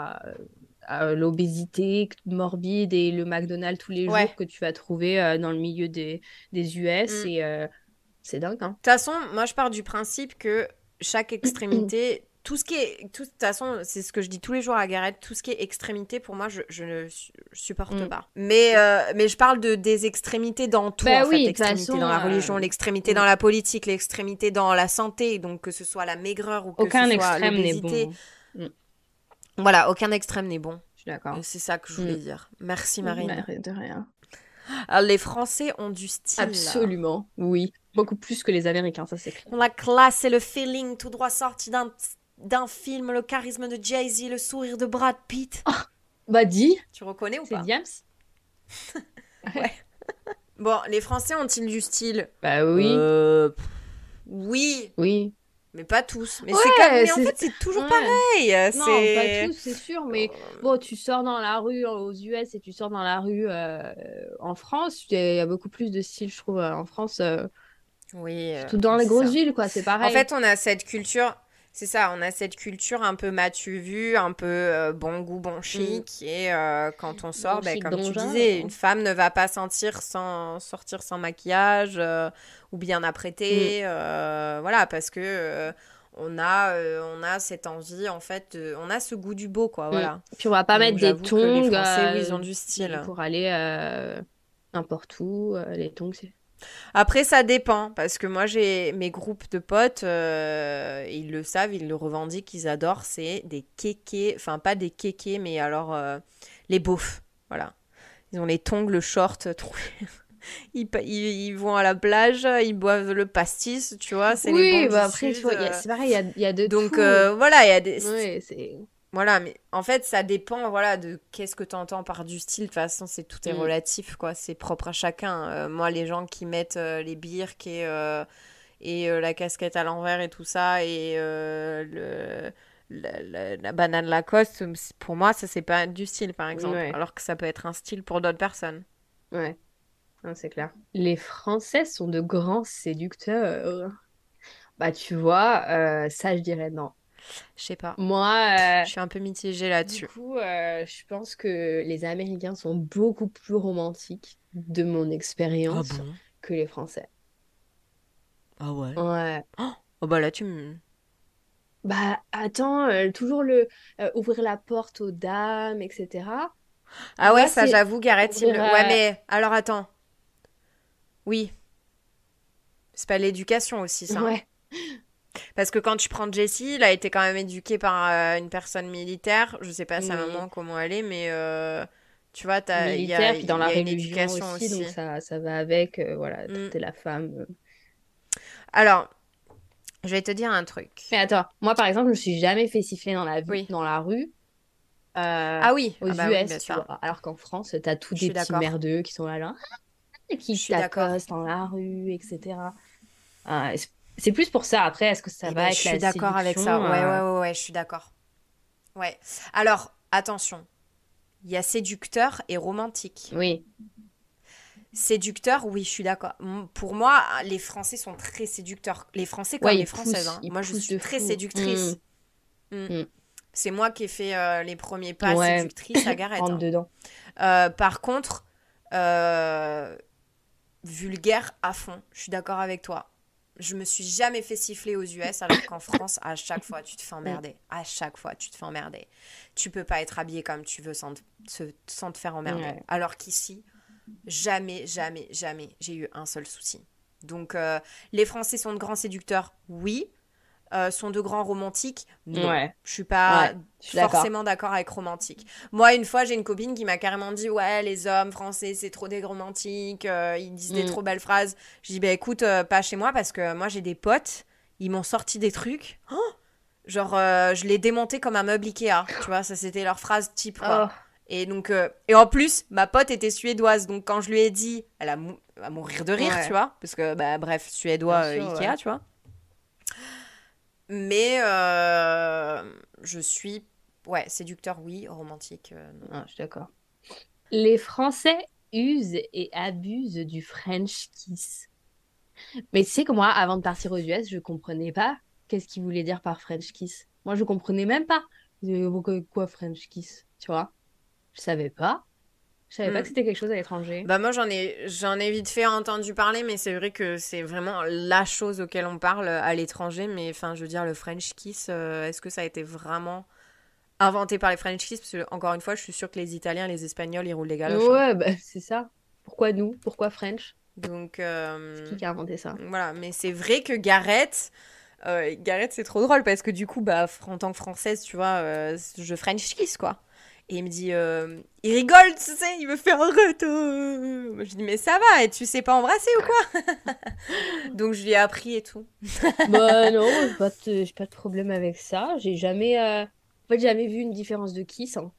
à l'obésité morbide et le McDonald's tous les jours Ouais. que tu vas trouver dans le milieu des US. Mm. Et c'est dingue, hein. De toute façon, moi je pars du principe que chaque extrémité, tout ce qui est. De toute façon, c'est ce que je dis tous les jours à Gareth, tout ce qui est extrémité, pour moi, je ne supporte Mm. pas. Mais je parle des extrémités dans tout, en Bah fait. oui, de toute L'extrémité dans façon, la religion, l'extrémité mm, dans la politique, l'extrémité dans la santé, donc que ce soit la maigreur ou que ce aucun soit extrême n'est l'obésité. bon. Mm, Voilà, aucun extrême n'est bon. je suis d'accord. Et c'est ça que je Mm. voulais dire. Merci Bah, Marine. de rien. Alors, les Français ont du style. Absolument, oui. Beaucoup plus que les Américains, ça c'est clair. On la classe et le feeling tout droit sorti d'un film, le charisme de Jay-Z, le sourire de Brad Pitt. Bah dis, Tu reconnais ou c'est pas? Diams? Ouais. Bon, les Français ont-ils du style? Bah oui, Oui, oui. mais pas tous. Mais c'est comme, Ouais, mais en c'est... fait, c'est toujours Ouais. pareil. Non, pas tous, C'est c'est sûr, mais bon, tu sors dans la rue aux US et tu sors dans la rue en France, il y a beaucoup plus de style, je trouve, en France, oui, surtout dans les c'est grosses ça. villes, quoi, c'est En pareil. fait, on a cette culture, c'est ça, on a cette culture un peu m'as-tu vu, un peu bon goût, bon Mm. chic, et quand on Bon sort, ben, chic comme tu d'engin. disais, une femme ne va pas sortir sans maquillage ou bien Mm. apprêtée, voilà, parce que on a cette envie, en fait, on a ce goût du beau, quoi, Mm. voilà. Puis on va pas Et donc, mettre des j'avoue que les tongs Français, oui, ils ont du style. pour aller n'importe où. Les tongs, c'est... Après, ça dépend, parce que moi, j'ai mes groupes de potes, ils le savent, ils le revendiquent, ils adorent, c'est des kékés, enfin pas des kékés, mais alors les beaufs, voilà. Ils ont les tongs, le short, ils vont à la plage, ils boivent le pastis, tu vois, c'est les bons Oui, du bah après, tu sud. vois, c'est pareil, il y a de Donc tout. voilà, il y a des... Oui, c'est... Voilà, mais en fait, ça dépend, voilà, de qu'est-ce que tu entends par du style. De toute façon, tout est Mm. relatif, quoi. C'est propre à chacun. Moi, les gens qui mettent les birks et la casquette à l'envers et tout ça, et la banane Lacoste, pour moi, ça, c'est pas du style, par exemple. Ouais, Alors que ça peut être un style pour d'autres personnes. ouais, non, c'est clair. Les Français sont de grands séducteurs. Bah, tu vois, ça, je dirais non. Je sais pas. Moi, Je suis un peu mitigée du là-dessus. coup, je pense que les Américains sont beaucoup plus romantiques, de mon Ah expérience, bon? que les Français. Ah ouais. Ouais. Oh bah là, tu me... Bah, attends, toujours ouvrir la porte aux dames, etc. Ah ouais, Moi, ça, c'est j'avoue, Gareth, il me ouvrir le... Ouais, mais alors attends. Oui, c'est pas l'éducation aussi, ça, hein. Ouais, Parce que quand tu prends Jessie, il a été quand même éduqué par une personne militaire. Je sais pas sa mm, maman comment elle est, mais tu vois, militaire, puis dans il y la a une religion éducation aussi, aussi. donc ça va avec, voilà, Mm. traiter la femme. Alors, je vais te dire un truc. Mais attends, moi, par exemple, je me suis jamais fait siffler Oui. dans la rue euh, Ah oui, aux ah bah oui, US, bah tu ça, vois. Alors qu'en France, t'as tous je des suis petits d'accord. merdeux qui sont là, genre, ah, Je qui suis d'accord. t'accostent dans la rue, etc. C'est plus pour ça. Après, est-ce que ça Eh va ben, je avec suis la d'accord avec séduction? ça. Ouais, ouais, ouais, ouais, je suis d'accord. Ouais. Alors, attention, il y a séducteur et romantique. Oui, Séducteur, oui, je suis d'accord. Pour moi, les Français sont très séducteurs. Les Français comme ouais, les Françaises, hein. ils Moi, je poussent suis de très fou. séductrice. Mm. Mm. C'est moi qui ai fait les premiers pas Ouais, séductrice à Gareth, rentre hein. dedans. Par contre, euh, vulgaire à fond. Je suis d'accord avec toi. Je me suis jamais fait siffler aux US alors qu'en France, à chaque fois, tu te fais Mm. emmerder. À chaque fois, tu te fais emmerder. Tu peux pas être habillé comme tu veux sans te faire emmerder. Ouais. Alors qu'ici, jamais, jamais, jamais, j'ai eu un seul souci. Donc, les Français sont de grands séducteurs, oui. Sont de grands romantiques, non. Ouais, Je suis pas ouais, je suis d'accord. forcément d'accord avec romantique. Moi, une fois, j'ai une copine qui m'a carrément dit, ouais, les hommes français, c'est trop des romantiques, ils disent des Mm. trop belles phrases. Je dis, bah écoute, pas chez moi parce que moi, j'ai des potes, ils m'ont sorti des trucs. Genre, je l'ai démonté comme un meuble Ikea. Tu vois, ça c'était leur phrase type, quoi. Oh, Et donc, et en plus, ma pote était suédoise. Donc, quand je lui ai dit, elle a à mourir de rire, tu ouais, vois. Parce que, bah, bref, bien suédois, sûr, ouais. Ikea, tu vois. Mais, je suis, ouais, séducteur, oui, romantique, non. Ah, je suis d'accord. Les Français usent et abusent du French kiss. Mais tu sais que moi, avant de partir aux US, je comprenais pas qu'est-ce qu'ils voulaient dire par French kiss. Moi, je comprenais même pas. Quoi French kiss? Tu vois? Je savais pas. Je savais pas que Hmm. c'était quelque chose à l'étranger. Bah moi j'en ai vite fait entendu parler, mais c'est vrai que c'est vraiment la chose auquel on parle à l'étranger. Mais enfin, je veux dire, le French kiss, est-ce que ça a été vraiment inventé par les French kiss? Parce que encore une fois, je suis sûre que les Italiens, les Espagnols, ils roulent des galoches, hein. Ouais, bah, c'est ça. Pourquoi nous? Pourquoi French? Donc C'est qui a inventé ça? voilà, mais c'est vrai que Gareth, c'est trop drôle parce que du coup, bah, en tant que française, tu vois, je French kiss, quoi. Et il me dit, il rigole, tu sais, il me fait arrête. Je dis, mais ça va, et tu sais pas embrasser ou quoi? Donc je lui ai appris et tout. Bah non, j'ai pas de problème avec ça. J'ai jamais, en fait, jamais vu une différence de kiss, hein,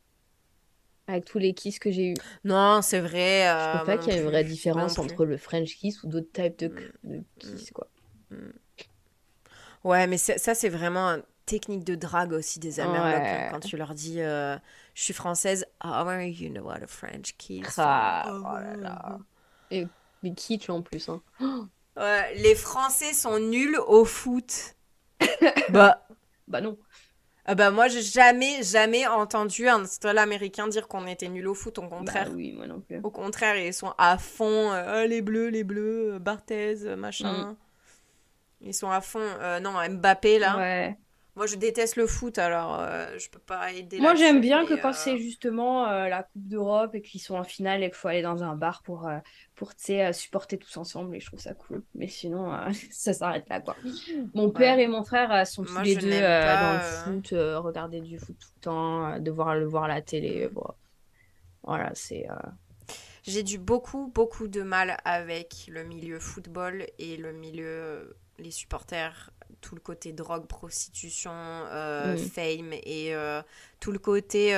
avec tous les kiss que j'ai eu. Non, c'est vrai, Je trouve moi pas non qu'il y ait une vraie plus. Moi non différence plus. entre le French kiss ou d'autres types Mm, de mm, kiss, quoi. mm. Ouais, mais ça, c'est vraiment une technique de drague aussi des Amerlocs, hein. Ouais. Quand tu leur dis, je suis française, ah ouais, you know what a French kiss. Ah, Oh, oh là là. Et mais kitsch en plus, hein. ouais, les Français sont nuls au foot. Bah, Bah non. bah moi, j'ai jamais entendu un seul Américain dire qu'on était nuls au foot. Au Bah contraire. oui, moi non plus. Au contraire, ils sont à fond. Ah, les bleus, Barthez, Mm. machin. Ils sont à fond. Non, Mbappé, là. Ouais. Moi, je déteste le foot, alors je peux pas aider Moi, j'aime là-dessus, bien que mais quand c'est justement la Coupe d'Europe et qu'ils sont en finale et qu'il faut aller dans un bar pour tu sais, supporter tous ensemble et je trouve ça cool. Mais sinon, ça s'arrête là, quoi. Mon père ouais. et mon frère sont tous Moi, les je deux n'aime dans pas. le foot, regarder du foot tout le temps, devoir le voir à la télé. Hmm. Bon, voilà, c'est... J'ai dû beaucoup de mal avec le milieu football et le milieu, les supporters, tout le côté drogue, prostitution, hmm. fame et tout le côté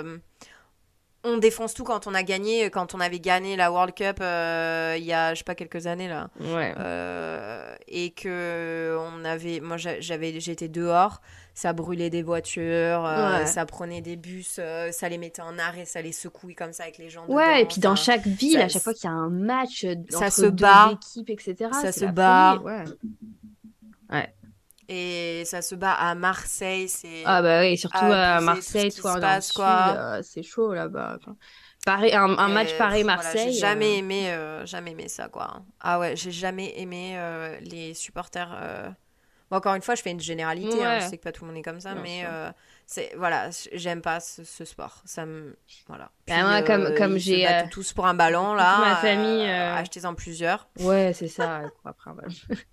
on défonce tout quand on avait gagné la World Cup il y a, je sais pas, quelques années là. Ouais. Et que moi j'étais dehors, ça brûlait des voitures, Ouais. ça prenait des bus, ça les mettait en arrêt, ça les secouait comme ça avec les gens Ouais, et dedans. puis dans Enfin, chaque ville, ça, à chaque fois qu'il y a un match ça entre se deux bat, équipes, etc., ça c'est se la folie. bat. Ouais. Ouais. Et ça se bat à Marseille, c'est Ah bah oui, surtout à abusé tout ce Marseille, qui se toi dans le passe, sud, quoi. c'est chaud là-bas. Enfin, pareil, un match Voilà, j'ai Paris-Marseille. jamais aimé ça, quoi. Ah ouais, j'ai jamais aimé les supporters. Bon, encore une fois, je fais une généralité, hein, je Ouais, sais que pas tout le monde est comme ça, bien mais sûr. voilà, j'aime pas ce sport. Voilà. Bah, Puis moi, comme ils se j'ai battent tous pour un ballon, toute ma famille. là. Achetez-en plusieurs. Ouais, c'est ça. Quoi, après, bah.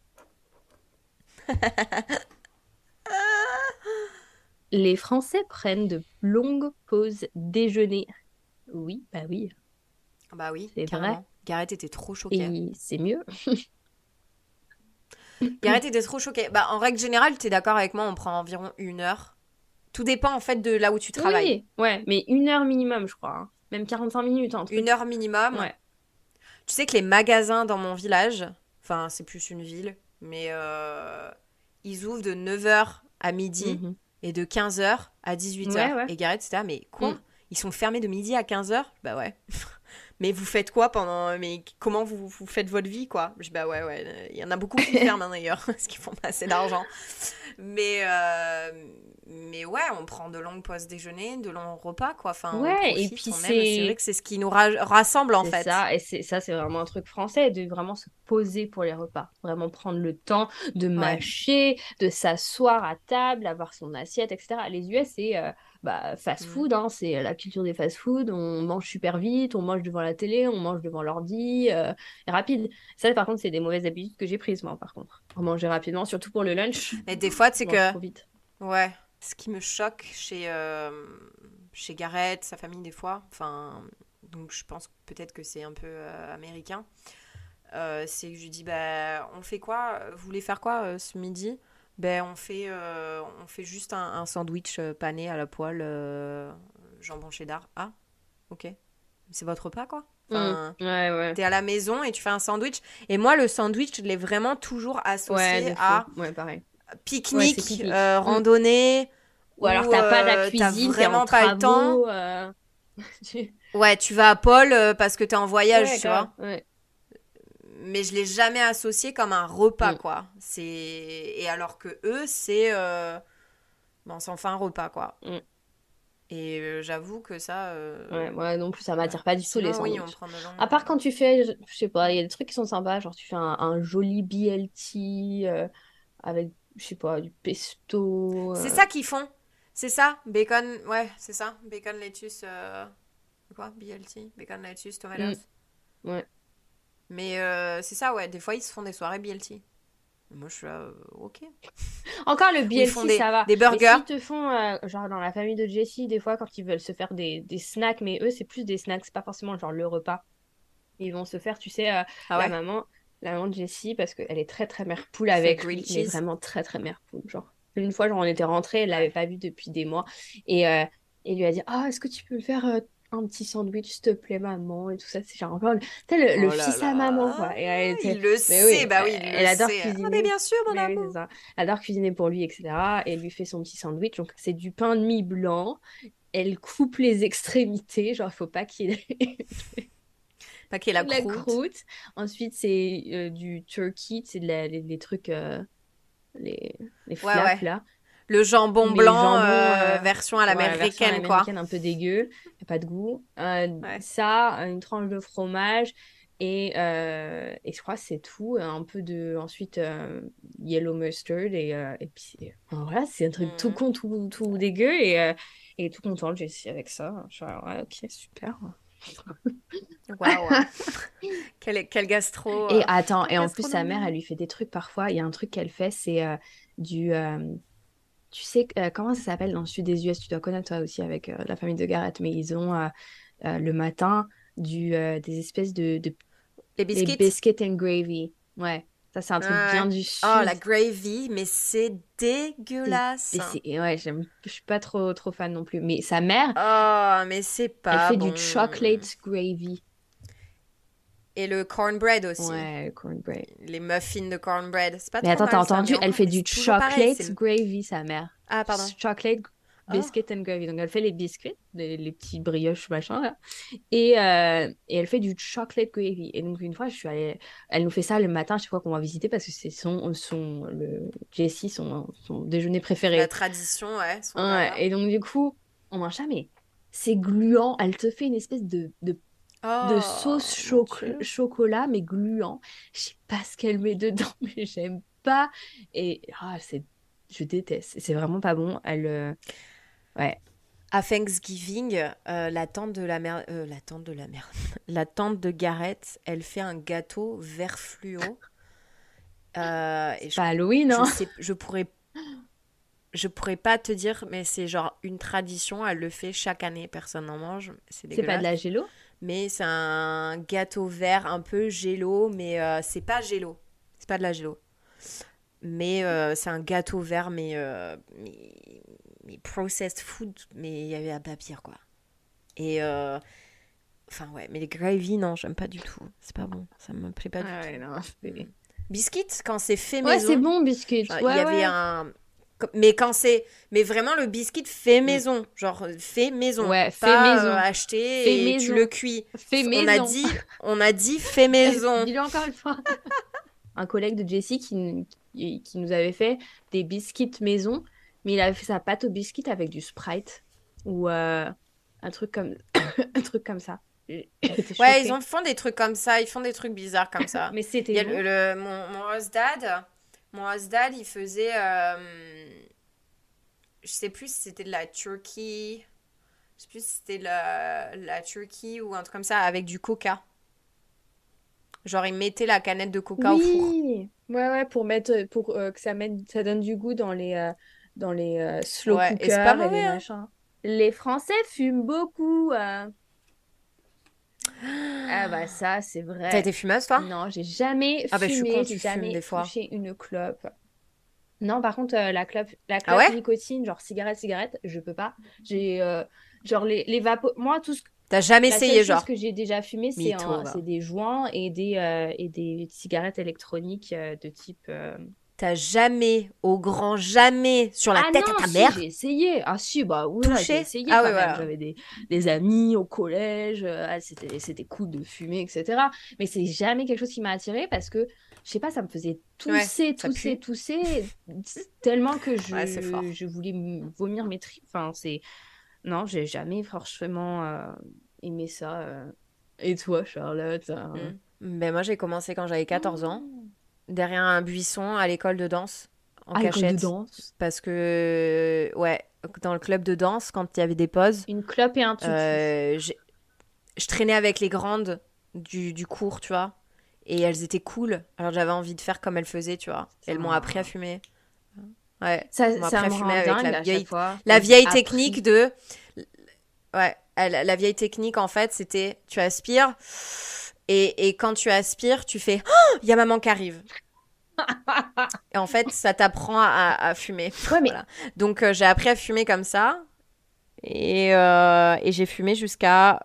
Les Français prennent de longues pauses déjeuner. Oui, bah oui, Bah oui, c'est vrai. carrément. Gareth était trop choqué. Et c'est mieux. Gareth était trop choqué. Bah, en règle générale, t'es d'accord avec moi, on prend environ 1 heure. Tout dépend en fait de là où tu travailles. Oui, ouais, mais 1 heure minimum, je crois, hein. Même 45 minutes, un Une truc. heure minimum. Ouais. Tu sais que les magasins dans mon village, enfin c'est plus une ville, mais ils ouvrent de 9 heures à midi Mhm. et de 15 heures à 18 Ouais, heures. ouais. Et Gareth, c'était, ah, mais Mm. quoi? Ils sont fermés de midi à 15 heures. Bah ouais. Mais vous faites quoi pendant... Mais comment vous faites votre vie, quoi? Bah ouais. Il y en a beaucoup qui ferment, hein, d'ailleurs, parce qu'ils font pas assez d'argent. Mais, mais ouais, on prend de longues pauses déjeuner, de longs repas, quoi. Enfin, on Ouais, et profite, puis on aime. C'est vrai c'est que c'est ce qui nous rassemble, en c'est fait. ça, et c'est vraiment un truc français de vraiment se poser pour les repas, vraiment prendre le temps de Ouais. mâcher, de s'asseoir à table, avoir son assiette, etc. Les US, c'est bah, Mm. fast-food, hein, c'est la culture des fast-food, on mange super vite, on mange devant la télé, on mange devant l'ordi, et rapide. Ça, par contre, c'est des mauvaises habitudes que j'ai prises, moi, par contre. Pour manger rapidement, surtout pour le lunch, Et des fois, tu sais on mange que... trop vite. Ouais. Ce qui me choque chez Gareth, sa famille, des fois, enfin... Donc je pense peut-être que c'est un peu américain. C'est que je lui dis, bah, on fait quoi? Vous voulez faire quoi ce midi? Ben, on fait juste un sandwich pané à la poêle, jambon cheddar. Ah, ok. C'est votre repas, quoi? Mm. Enfin, Ouais, ouais. t'es à la maison et tu fais un sandwich. Et moi, le sandwich, je l'ai vraiment toujours Ouais, associé de fou. à Ouais, pareil. Ouais, c'est pique-nique, pique-nique. Mm. randonnée, Ou alors ou t'as pas la t'as cuisine, t'es en vraiment pas le temps. travaux. Tu- Ouais, tu vas à Paul parce que t'es en voyage, Ouais, tu grave. vois. Ouais. Mais je l'ai jamais associé comme un repas, Mm. quoi. Et alors que eux, c'est... ben, c'est enfin un repas, quoi. Mm. Et j'avoue que ça... Ouais, moi non plus, ça ouais. m'attire pas du tout les Sinon, oui, on sandwichs. prend de longues... À part quand tu fais, je sais pas, il y a des trucs qui sont sympas, genre tu fais un joli BLT avec, je sais pas, du pesto. C'est ça qu'ils font. C'est ça. Bacon, ouais, c'est ça. Bacon, lettuce... Quoi? BLT? Bacon, lettuce, Mm. tomatoes. Ouais. Mais c'est ça, ouais. Des fois, ils se font des soirées BLT. Moi, je suis là, ok. Encore le Ou ils font BLT, ça va. des Mais burgers. s'ils te font, genre dans la famille de Jessie, des fois, quand ils veulent se faire des snacks, mais eux, c'est plus des snacks, c'est pas forcément genre le repas. Ils vont se faire, tu sais, Ah la ouais? maman, la maman de Jessie, parce qu'elle est très très mère poule Qui fait avec grilled lui, mais cheese. vraiment très très mère poule. Genre, une fois, genre, on était rentrés, elle l'avait Ouais. pas vu depuis des mois, et il lui a dit, ah, est-ce que tu peux me faire un petit sandwich, s'il te plaît, maman, et tout ça. C'est genre encore, tu sais, le Oh là fils à maman, là. quoi. Et elle était, Il le mais oui, sait, bah oui, il le elle adore sait. Ah, mais cuisiner. bien sûr, mon Mais oui, c'est amour. ça. Elle adore cuisiner pour lui, etc. Et elle lui fait son petit sandwich. Donc, c'est du pain de mie blanc. Elle coupe les extrémités. Genre, il faut pas qu'il ait Pas qu'il y ait la la croûte. croûte. Ensuite, c'est du turkey, c'est les trucs, les, les Ouais, ouais. flaps là. Le jambon Mais blanc, jambon, version à voilà, version à l'américaine, quoi. l'américaine un peu dégueu, y a pas de goût. Ouais. Ça, une tranche de fromage et je crois que c'est tout. Un peu de, ensuite, yellow mustard et puis voilà, c'est un truc tout Mhm. con, tout dégueu et tout content, j'ai essayé avec ça. Je suis là, ouais, ok, super. Waouh. Hein. Quel gastro. Et attends, et en plus, sa mère, elle Gastronomie. lui fait des trucs parfois. Il y a un truc qu'elle fait, c'est du. Tu sais, comment ça s'appelle dans le sud des US? Tu dois connaître toi aussi avec la famille de Garrett, mais ils ont le matin des espèces de. Les Les biscuits. biscuits and gravy. Ouais, ça, c'est un Ouais, truc bien ouais. du Oh, sud. la gravy, mais c'est dégueulasse. Ouais, je suis pas trop fan non plus. Mais sa mère, Oh, mais c'est elle pas fait du bon. chocolate gravy. Et le cornbread aussi. Ouais, cornbread. Les muffins de cornbread. C'est pas Mais trop attends, t'as mal ça, entendu? mais Elle encore, fait mais du c'est toujours pareil. chocolate gravy, sa mère. Ah, pardon. Chocolate Oh. biscuit and gravy. Donc, elle fait les biscuits, les petits brioches, machin, là. Et elle fait du chocolate gravy. Et donc, une fois, je suis allée... Elle nous fait ça le matin, chaque fois qu'on va visiter, parce que c'est Jessie, son déjeuner La préféré. tradition, ouais, son Ouais, dada. et donc, du coup, on mange ça, mais c'est gluant. Elle te fait une espèce de sauce Oh, mon Dieu. chocolat, mais gluant. Je sais pas ce qu'elle met dedans, mais j'aime pas. Et je déteste. C'est vraiment pas bon. Ouais, À Thanksgiving, la tante de la mère, la tante de Gareth, elle fait un gâteau vert fluo. Et c'est pas Halloween, je hein. sais, je pourrais pas te dire, mais c'est genre une tradition. Elle le fait chaque année. Personne n'en mange. C'est C'est pas de dégueulasse. la gélo? Mais c'est un gâteau vert un peu gélo, mais c'est pas gélo. C'est pas de la gélo. Mais c'est un gâteau vert, mais processed food, mais il y avait pas pire, quoi. Et enfin, ouais, mais les gravy, non, j'aime pas du tout. C'est pas bon, ça me plaît pas du Ah tout. ouais, non, Mm. Biscuits, quand c'est fait Ouais, c'est maison, bon, biscuit. genre, il y Ouais, avait ouais. un. Mais quand c'est. Mais vraiment le biscuit fait Mm. maison. Genre fait maison. Ouais, fait Pas maison. Fait acheté et tu le maison. cuis. Fait maison. On a dit fait maison. Dis-le encore une fois. Un collègue de Jessie qui nous avait fait des biscuits maison, mais il avait fait sa pâte aux biscuits avec du Sprite ou un truc comme un truc comme ça. J'étais Ouais, choquée. font des trucs comme ça. Ils font des trucs bizarres comme ça. Mais Il y c'était a bon. mon host-dad. Mon host-dad, il faisait. Je sais plus si c'était de la turkey. Je sais plus si c'était la turkey ou un truc comme ça avec du coca. Genre, il mettait la canette de coca au four. Oui, ouais, pour que ça donne du goût dans les slow Ouais, et c'est pas cookers et les mauvais, hein. machins. Les Français fument beaucoup. Ah bah ça, c'est T'as vrai. été fumeuse, toi? Non, j'ai jamais Ah, bah, je suis fumé, con, j'ai tu fumes jamais des fois. touché une clope. Non, par contre, la Ah clope ouais? nicotine, genre cigarette, je peux pas. J'ai genre les vapos. Moi, T'as jamais la seule essayé, chose genre? que j'ai déjà fumé, Mytho, c'est va. des joints et des cigarettes électroniques de type. t'as jamais, au grand jamais, sur la Ah tête non, à ta si, mère, j'ai essayé. Ah si, bah oui, là, j'ai touché? essayé Ah quand oui, même. voilà. J'avais des amis au collège, c'était cool de fumer, etc. Mais c'est jamais quelque chose qui m'a attirée parce que, je sais pas, ça me faisait Ouais, tousser, ça tousser, pue. tousser, tellement que Ouais, c'est fort. je voulais vomir mes tripes. Enfin, c'est... Non, j'ai jamais franchement aimé ça. Et toi, Charlotte? Ben moi, j'ai commencé quand j'avais 14 ans, Oh, derrière un buisson à l'école de danse, en à l'école de cachette. danse. Parce que, ouais, dans le club de danse, quand il y avait des pauses, Une clope et un tutu. euh, j'ai- je traînais avec les grandes du cours, tu vois. Et elles étaient cool. Alors j'avais envie de faire comme elles faisaient, tu vois. Elles m'ont appris à Putain. fumer. Ouais, elles m'ont Ça appris à me fumer rend avec dingue à chaque fois. la On dit vieille technique appris. de... Ouais, la vieille technique, en fait, c'était tu aspires. Et quand tu aspires, tu fais oh, il y a maman qui arrive. Et en fait, ça t'apprend à fumer. Ouais, mais Voilà. Donc, j'ai appris à fumer comme ça. Et j'ai fumé jusqu'à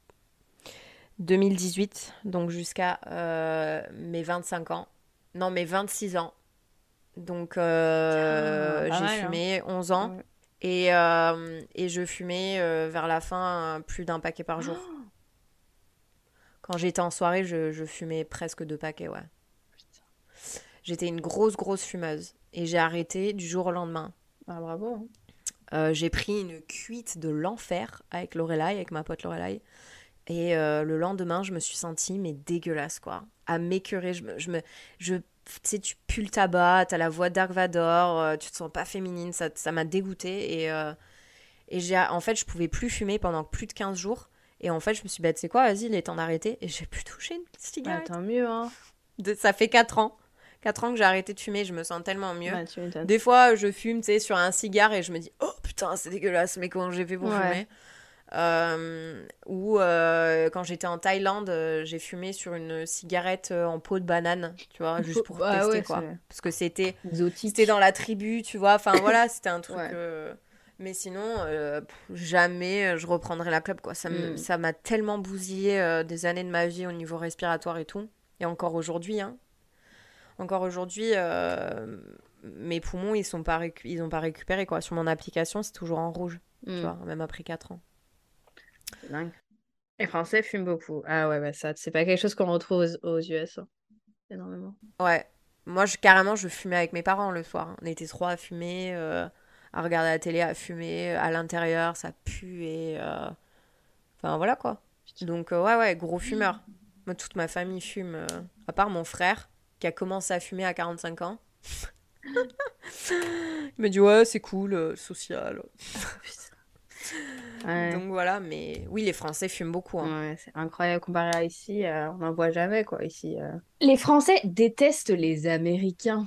2018. Donc, jusqu'à mes 25 ans. Non, mes 26 ans. Donc, putain, pas j'ai mal, hein. fumé 11 ans. Ouais. Et je fumais vers la fin plus d'un paquet par jour. Quand j'étais en soirée, je fumais presque 2 paquets, ouais. Putain. J'étais une grosse, grosse fumeuse. Et j'ai arrêté du jour au lendemain. Ah, bravo, hein. J'ai pris une cuite de l'enfer avec Lorelai, avec ma pote Lorelai. Et le lendemain, je me suis sentie, mais dégueulasse, quoi. À m'écœurer. Tu sais, tu pues le tabac, t'as la voix de Dark Vador, tu te sens pas féminine, ça m'a dégoûtée. En fait, je pouvais plus fumer pendant plus de 15 jours. Et en fait, je me suis dit, bah, tu sais quoi, vas-y, il est temps d'arrêter. Et j'ai plus touché une Bah, cigarette. tant mieux, hein. Ça fait 4 ans. 4 ans que j'ai arrêté de fumer, je me sens tellement mieux. Bah, tu m'étonnes. Des fois, je fume, tu sais, sur un cigare et je me dis, oh putain, c'est dégueulasse, mais comment j'ai fait pour Ouais. fumer Ou quand j'étais en Thaïlande, j'ai fumé sur une cigarette en peau de banane, tu vois, juste pour Bah tester, ouais, quoi. c'est Parce que c'était dans exotique. la tribu, tu vois, enfin voilà, c'était un truc... Ouais. Mais sinon, jamais je reprendrai la clope, quoi. Hmm. Ça m'a tellement bousillé des années de ma vie au niveau respiratoire et tout. Et encore aujourd'hui, hein. Encore aujourd'hui, mes poumons, ils ont pas récupéré, quoi. Sur mon application, c'est toujours en rouge, tu Hmm. vois, même après 4 ans. C'est dingue. Les Français fument beaucoup. Ah ouais, bah ça, c'est pas quelque chose qu'on retrouve aux US, hein, énormément. Ouais. Moi, carrément, je fumais avec mes parents le soir, hein. On était trois à fumer, à regarder la télé, à fumer. À l'intérieur, ça puait. Enfin, voilà, quoi. Putain. Donc, ouais, ouais, gros fumeur. Moi, toute ma famille fume, à part mon frère, qui a commencé à fumer à 45 ans. Il me dit, ouais, c'est cool, social. Putain. Ouais. Donc voilà, mais oui, les Français fument beaucoup, hein. Ouais, c'est incroyable comparé à ici, on n'en voit jamais quoi ici. Les Français détestent les Américains.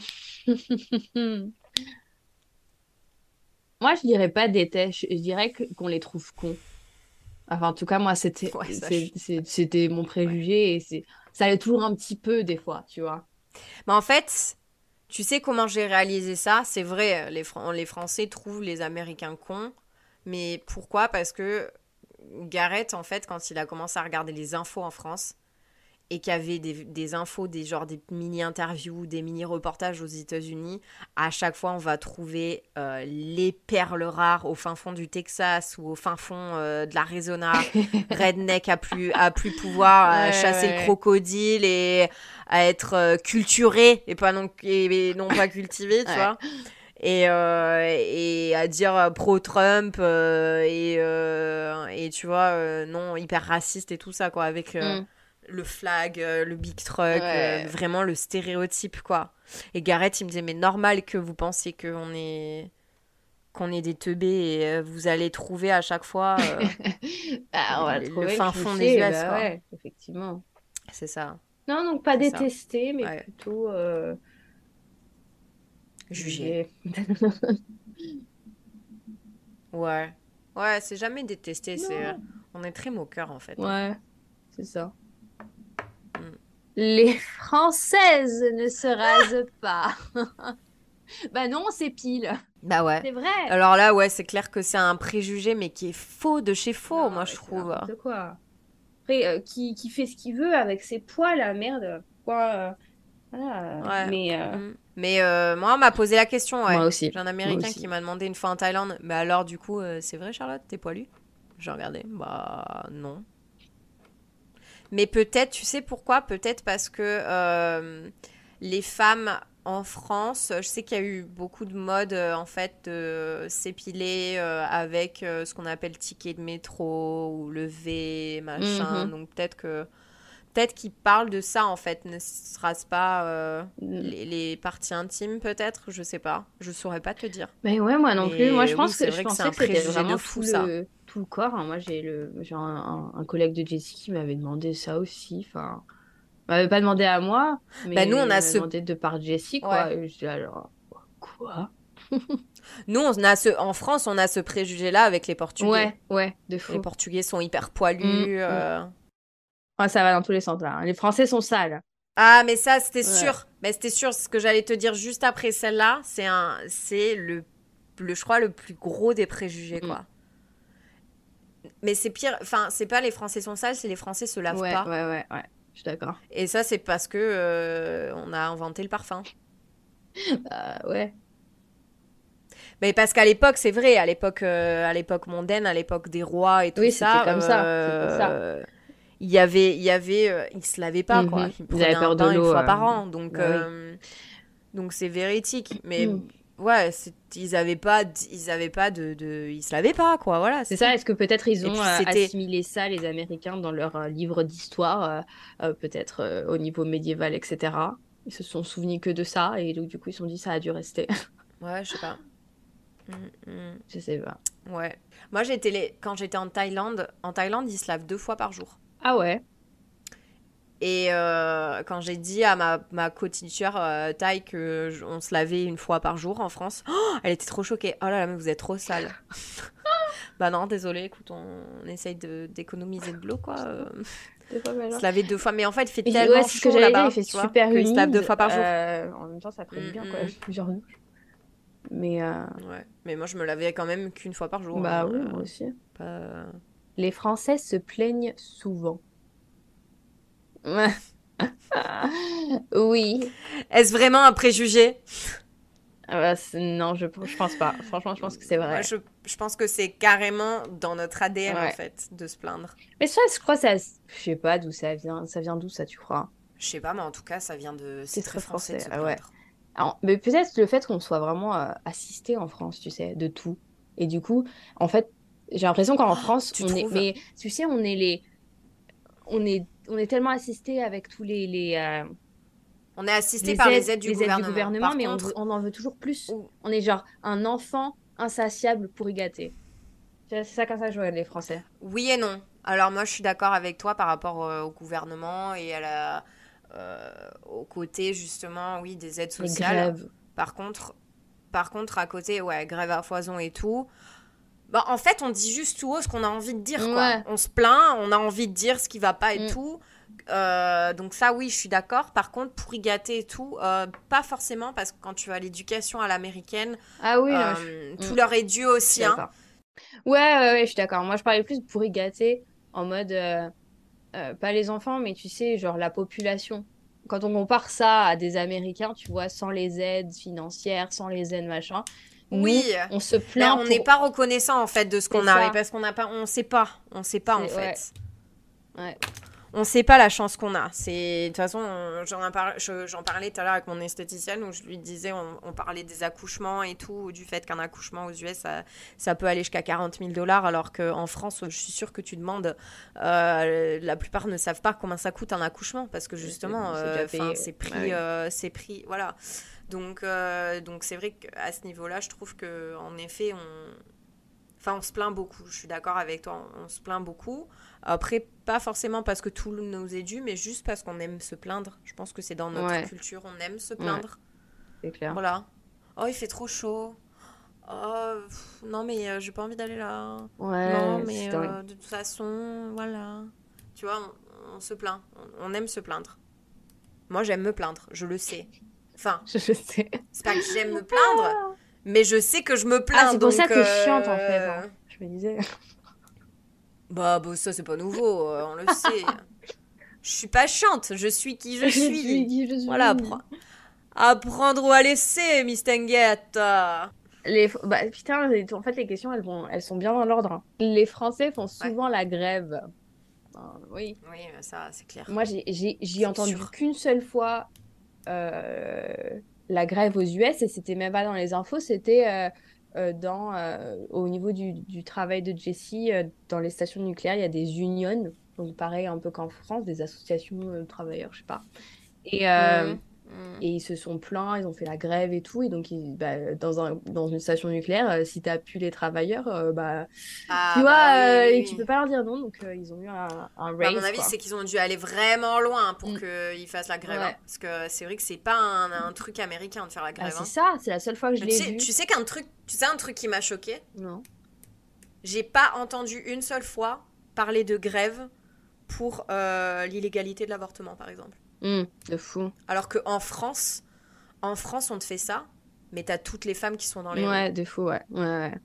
Moi, je dirais pas déteste, je dirais qu'on les trouve cons. Enfin, en tout cas, moi, Ouais, ça, c'était mon ouais. préjugé et ça allait toujours un petit peu des fois, tu vois. Mais en fait, tu sais comment j'ai réalisé ça? C'est vrai, les Français trouvent les Américains cons. Mais pourquoi? Parce que Gareth, en fait, quand il a commencé à regarder les infos en France, et qu'il y avait des infos, des mini-interviews, des mini-reportages aux États-Unis, à chaque fois, on va trouver les perles rares au fin fond du Texas ou au fin fond de l'Arizona, redneck à plus pouvoir Ouais, chasser le ouais, crocodile et à être culturé et non pas cultivé, tu ouais. vois. Et à dire pro-Trump et tu vois, non, hyper raciste et tout ça, quoi, avec Mm. le flag, le big truck, Ouais. vraiment le stéréotype, quoi. Et Gareth, il me disait, mais normal que vous pensiez qu'on est des teubés et vous allez trouver à chaque fois Ah, on va le trouver le fin fond des cliché, US, bah quoi. ouais, effectivement. C'est ça, Non, donc pas c'est ça. détester, mais Ouais, plutôt juger. juger. Ouais. Ouais, c'est jamais détesté, Non. on est très moqueur, en fait, hein. Ouais, c'est ça. Mm. Les Françaises ne se rasent pas. Bah non, c'est pile. Bah ouais. C'est vrai. Alors là, ouais, c'est clair que c'est un préjugé, mais qui est faux de chez faux, Non, moi, je mais c'est trouve. n'importe quoi. Après, qui fait ce qu'il veut avec ses poils, la merde. Pourquoi Voilà. Ouais. Mais Mais moi, on m'a posé la question, ouais. moi aussi. J'ai un Moi Américain aussi. qui m'a demandé une fois en Thaïlande, mais alors du coup, c'est vrai Charlotte, t'es poilu? J'ai regardé, bah non. Mais peut-être, tu sais pourquoi? Peut-être parce que les femmes en France, je sais qu'il y a eu beaucoup de modes en fait de s'épiler avec ce qu'on appelle ticket de métro ou le V, machin. Mhm. Donc peut-être qu'ils parlent de ça en fait. Ne sera-ce pas Mm. les parties intimes peut-être? Je sais pas. Je saurais pas te dire. Mais ouais, moi non plus. Moi, Mais oui, c'est je vrai que c'est pensais un que c'était préjugé de vraiment fou ça. tout le corps, hein. Moi, j'ai un collègue de Jessie qui m'avait demandé ça aussi. Enfin, il m'avait pas demandé à moi, Bah nous mais on il a m'avait ce demandé de par Jessie, ouais. quoi. Et je dis alors, quoi? Nous on a ce en France, on a ce préjugé là avec les Portugais. Ouais, ouais, de Les fou. Portugais sont hyper Mm, poilus. mm. Ouais, ça va dans tous les sens, là. Les Français sont sales. Ah, mais ça, c'était Ouais. sûr. Mais c'était sûr. Ce que j'allais te dire juste après celle-là, c'est je crois, le plus gros des préjugés, Mm. quoi. Mais c'est pire. Enfin, c'est pas les Français sont sales, c'est les Français se lavent Ouais, pas. ouais, ouais, ouais. Je suis d'accord. Et ça, c'est parce que on a inventé le parfum. Ouais. Mais parce qu'à l'époque, c'est vrai, à l'époque mondaine, à l'époque des rois et tout Oui, c'était ça, comme ça. C'était ça. ils se lavaient pas, quoi. Mhm. Ils Ils avaient prenaient un peur de bain une l'eau. fois par an. Donc, Bah oui. c'est véridique. Mais Mm. ouais, ils avaient pas ils se lavaient pas, quoi. Voilà, C'est c'est ça, tout. est-ce que peut-être ils Et ont puis c'était, assimilé ça, les Américains, dans leur livre d'histoire, peut-être au niveau médiéval, etc. Ils se sont souvenus que de ça, et donc du coup ils se sont dit ça a dû rester. ouais, je sais pas. Mm, mm. Je sais pas. Ouais. Moi, quand j'étais en Thaïlande, ils se lavent 2 fois par jour. Ah ouais. Et quand j'ai dit à ma co-teacher Thaï on se lavait une fois par jour en France, oh, elle était trop choquée. Oh là là, mais vous êtes trop sale. Bah non, désolé, écoute, on essaye d'économiser de l'eau, quoi. Des fois, Se voilà. laver 2 fois. Mais en fait, il fait Ouais, tellement c'est ce que chaud j'allais dire, il là-bas, fait tu vois, super qu'ils se lavent deux humide. fois par jour. En même temps, ça ferait du bien, quoi. Mm, Plusieurs douches. Mais ouais. Mais moi, je me lavais quand même qu'une fois par jour, bah hein, oui, moi aussi. pas- Les Français se plaignent souvent. Oui. Est-ce vraiment un préjugé? Ah bah, non, je pense pas. Franchement, je pense que c'est Moi, vrai. je pense que c'est carrément dans notre ADN, en Ouais. fait, de se plaindre. Mais ça, je crois, ça, je sais pas d'où ça vient. Ça vient d'où ça, tu crois? Je sais pas, mais en tout cas, ça vient de... C'est C'est très très français de français. se Ah ouais. plaindre. Alors, mais peut-être le fait qu'on soit vraiment assisté en France, tu sais, de tout. Et du coup, en fait, j'ai l'impression qu'en France, Tu on est. trouves? Mais tu sais, on est tellement assisté avec tous On est assisté par les aides du les aides du gouvernement. gouvernement, Par mais contre, on en veut toujours plus. ou- On est genre un enfant insatiable pour y gâter. C'est ça comme ça que je vois les Français. oui et non. Alors moi, je suis d'accord avec toi par rapport au gouvernement et au côté, justement, oui, des aides Les sociales. grèves. Par contre, à côté, ouais, grève à foison et tout. Bah, en fait, on dit juste tout haut ce qu'on a envie de dire, quoi. Ouais. On se plaint, on a envie de dire ce qui va pas et Mm. tout. Donc ça, oui, je suis d'accord. Par contre, pour y gâter et tout, pas forcément, parce que quand tu vas à l'éducation à l'américaine, Ah oui, non, tout mm, leur est dû je suis aussi, hein. d'accord. Ouais, ouais, ouais, je suis d'accord. Moi, je parlais plus de pourri gâter en mode, pas les enfants, mais tu sais, genre la population. Quand on compare ça à des Américains, tu vois, sans les aides financières, sans les aides machin, nous, Oui, on se mais plaint on n'est pour... pas reconnaissant en fait de ce C'est qu'on a, mais ça. parce qu'on n'a pas, on sait pas en C'est... Ouais, fait. ouais. On sait pas la chance qu'on a. De toute façon, j'en parlais tout à l'heure avec mon esthéticienne où je lui disais, on parlait des accouchements et tout, du fait qu'un accouchement aux US, ça peut aller jusqu'à 40 000 dollars, alors qu'en France, je suis sûre que tu demandes, la plupart ne savent pas combien ça coûte un accouchement, parce que justement, C'est déjà payé. c'est pris, voilà. Donc c'est vrai qu'à ce niveau-là, je trouve que en effet, on se plaint beaucoup. Je suis d'accord avec toi, on se plaint beaucoup. Après, pas forcément parce que tout nous est dû, mais juste parce qu'on aime se plaindre. Je pense que c'est dans notre Ouais, culture, on aime se ouais, plaindre. c'est clair. Voilà. Oh, il fait trop chaud. Oh, non, mais j'ai pas envie d'aller là. Non, Ouais, mais c'est dingue. de toute façon, voilà. Tu vois, on se plaint. On aime se plaindre. Moi, j'aime me plaindre, je le sais. Enfin, Je sais. c'est pas que j'aime me plaindre, mais je sais que je me Ah, plains, c'est pour ça donc... que t'es chiante, en fait, hein. Je me disais. Bah, ça, c'est pas nouveau, on le sait. Je suis pas chiante, je suis qui je Je suis. suis qui je suis. Voilà, apprendre ou à laisser, Miss Tanguette. Bah, putain, en fait, les questions, elles sont bien dans l'ordre, hein. Les Français font Ouais, souvent la grève. Oui. oui, ça, c'est clair. Moi, j'ai C'est entendu sûr. qu'une seule fois la grève aux US et c'était même pas dans les infos, c'était au niveau du travail de Jessie dans les stations nucléaires, il y a des unions, donc pareil un peu qu'en France, des associations de travailleurs, je sais pas. Et, Mhm, mhm. et ils se sont plaints, ils ont fait la grève et tout. Et donc, bah, dans une station nucléaire, si t'as pu les travailleurs, bah, tu Ah bah oui, vois, oui, et tu oui. peux pas leur dire non. Donc, ils ont eu un Bah, à mon raise, avis, quoi. c'est qu'ils ont dû aller vraiment loin pour Mm. qu'ils fassent la grève, hein. Ouais. Parce que c'est vrai que c'est pas un truc américain de faire la Bah, grève, c'est hein. ça, c'est la seule fois que je Mais tu l'ai sais, vu. tu sais un truc qui m'a choqué. Non. J'ai pas entendu une seule fois parler de grève pour l'illégalité de l'avortement, par exemple. De fou. Alors qu'en en France, on te fait ça, mais t'as toutes les femmes qui sont dans les rues, Ouais, de fou, ouais. Ouais, ouais.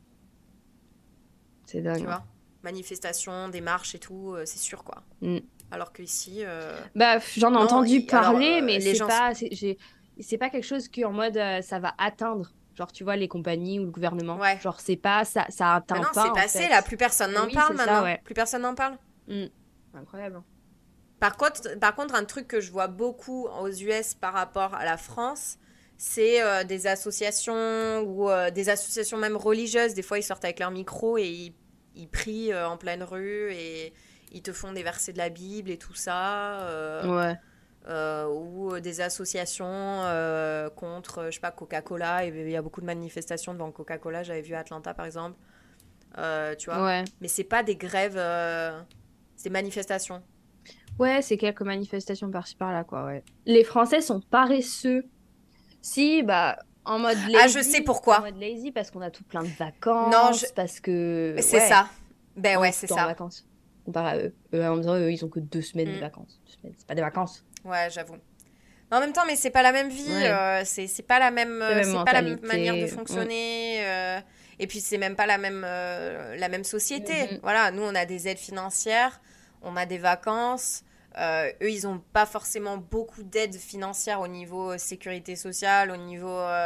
C'est dingue, tu hein. vois. Manifestations, des marches et tout, c'est sûr, quoi. Mm. Alors qu'ici, Bah, j'en ai non, entendu alors, parler, mais les gens... c'est pas quelque chose qui en mode ça va atteindre. Genre, tu vois, les compagnies ou le gouvernement. Ouais. Genre, c'est pas, ça Mais atteint non, pas, c'est en passé, là, fait. plus personne n'en Oui, parle c'est ça, maintenant. ouais. Plus personne n'en parle. Mm. Incroyable. Par contre, un truc que je vois beaucoup aux US par rapport à la France, c'est des associations ou des associations même religieuses. Des fois, ils sortent avec leur micro et ils prient en pleine rue et ils te font des versets de la Bible et tout ça. Ouais. Ou des associations contre, je sais pas, Coca-Cola. Il y a beaucoup de manifestations devant Coca-Cola. J'avais vu à Atlanta, par exemple. Tu vois. Ouais. Mais c'est pas des grèves, c'est des manifestations. Ouais, c'est quelques manifestations par-ci par-là, quoi, ouais. Les Français sont paresseux. Si, bah, Ah, je sais en pourquoi. mode lazy parce qu'on a tout plein de Non, vacances, parce que, c'est ouais, ça. Ben on ouais, est tout c'est le temps en ça. vacances. Comparé à eux. Eux, en même temps, eux, ils ont que 2 semaines de Mm. vacances. 2 semaines, c'est pas des vacances. Ouais, j'avoue. Mais en même temps, mais c'est pas la même vie. Ouais, c'est la même C'est pas la même manière de mentalité. fonctionner. Et puis c'est même pas la même société. Mhm. Voilà, nous on a des aides financières, on a des vacances. Eux, ils ont pas forcément beaucoup d'aides financières au niveau sécurité sociale, au niveau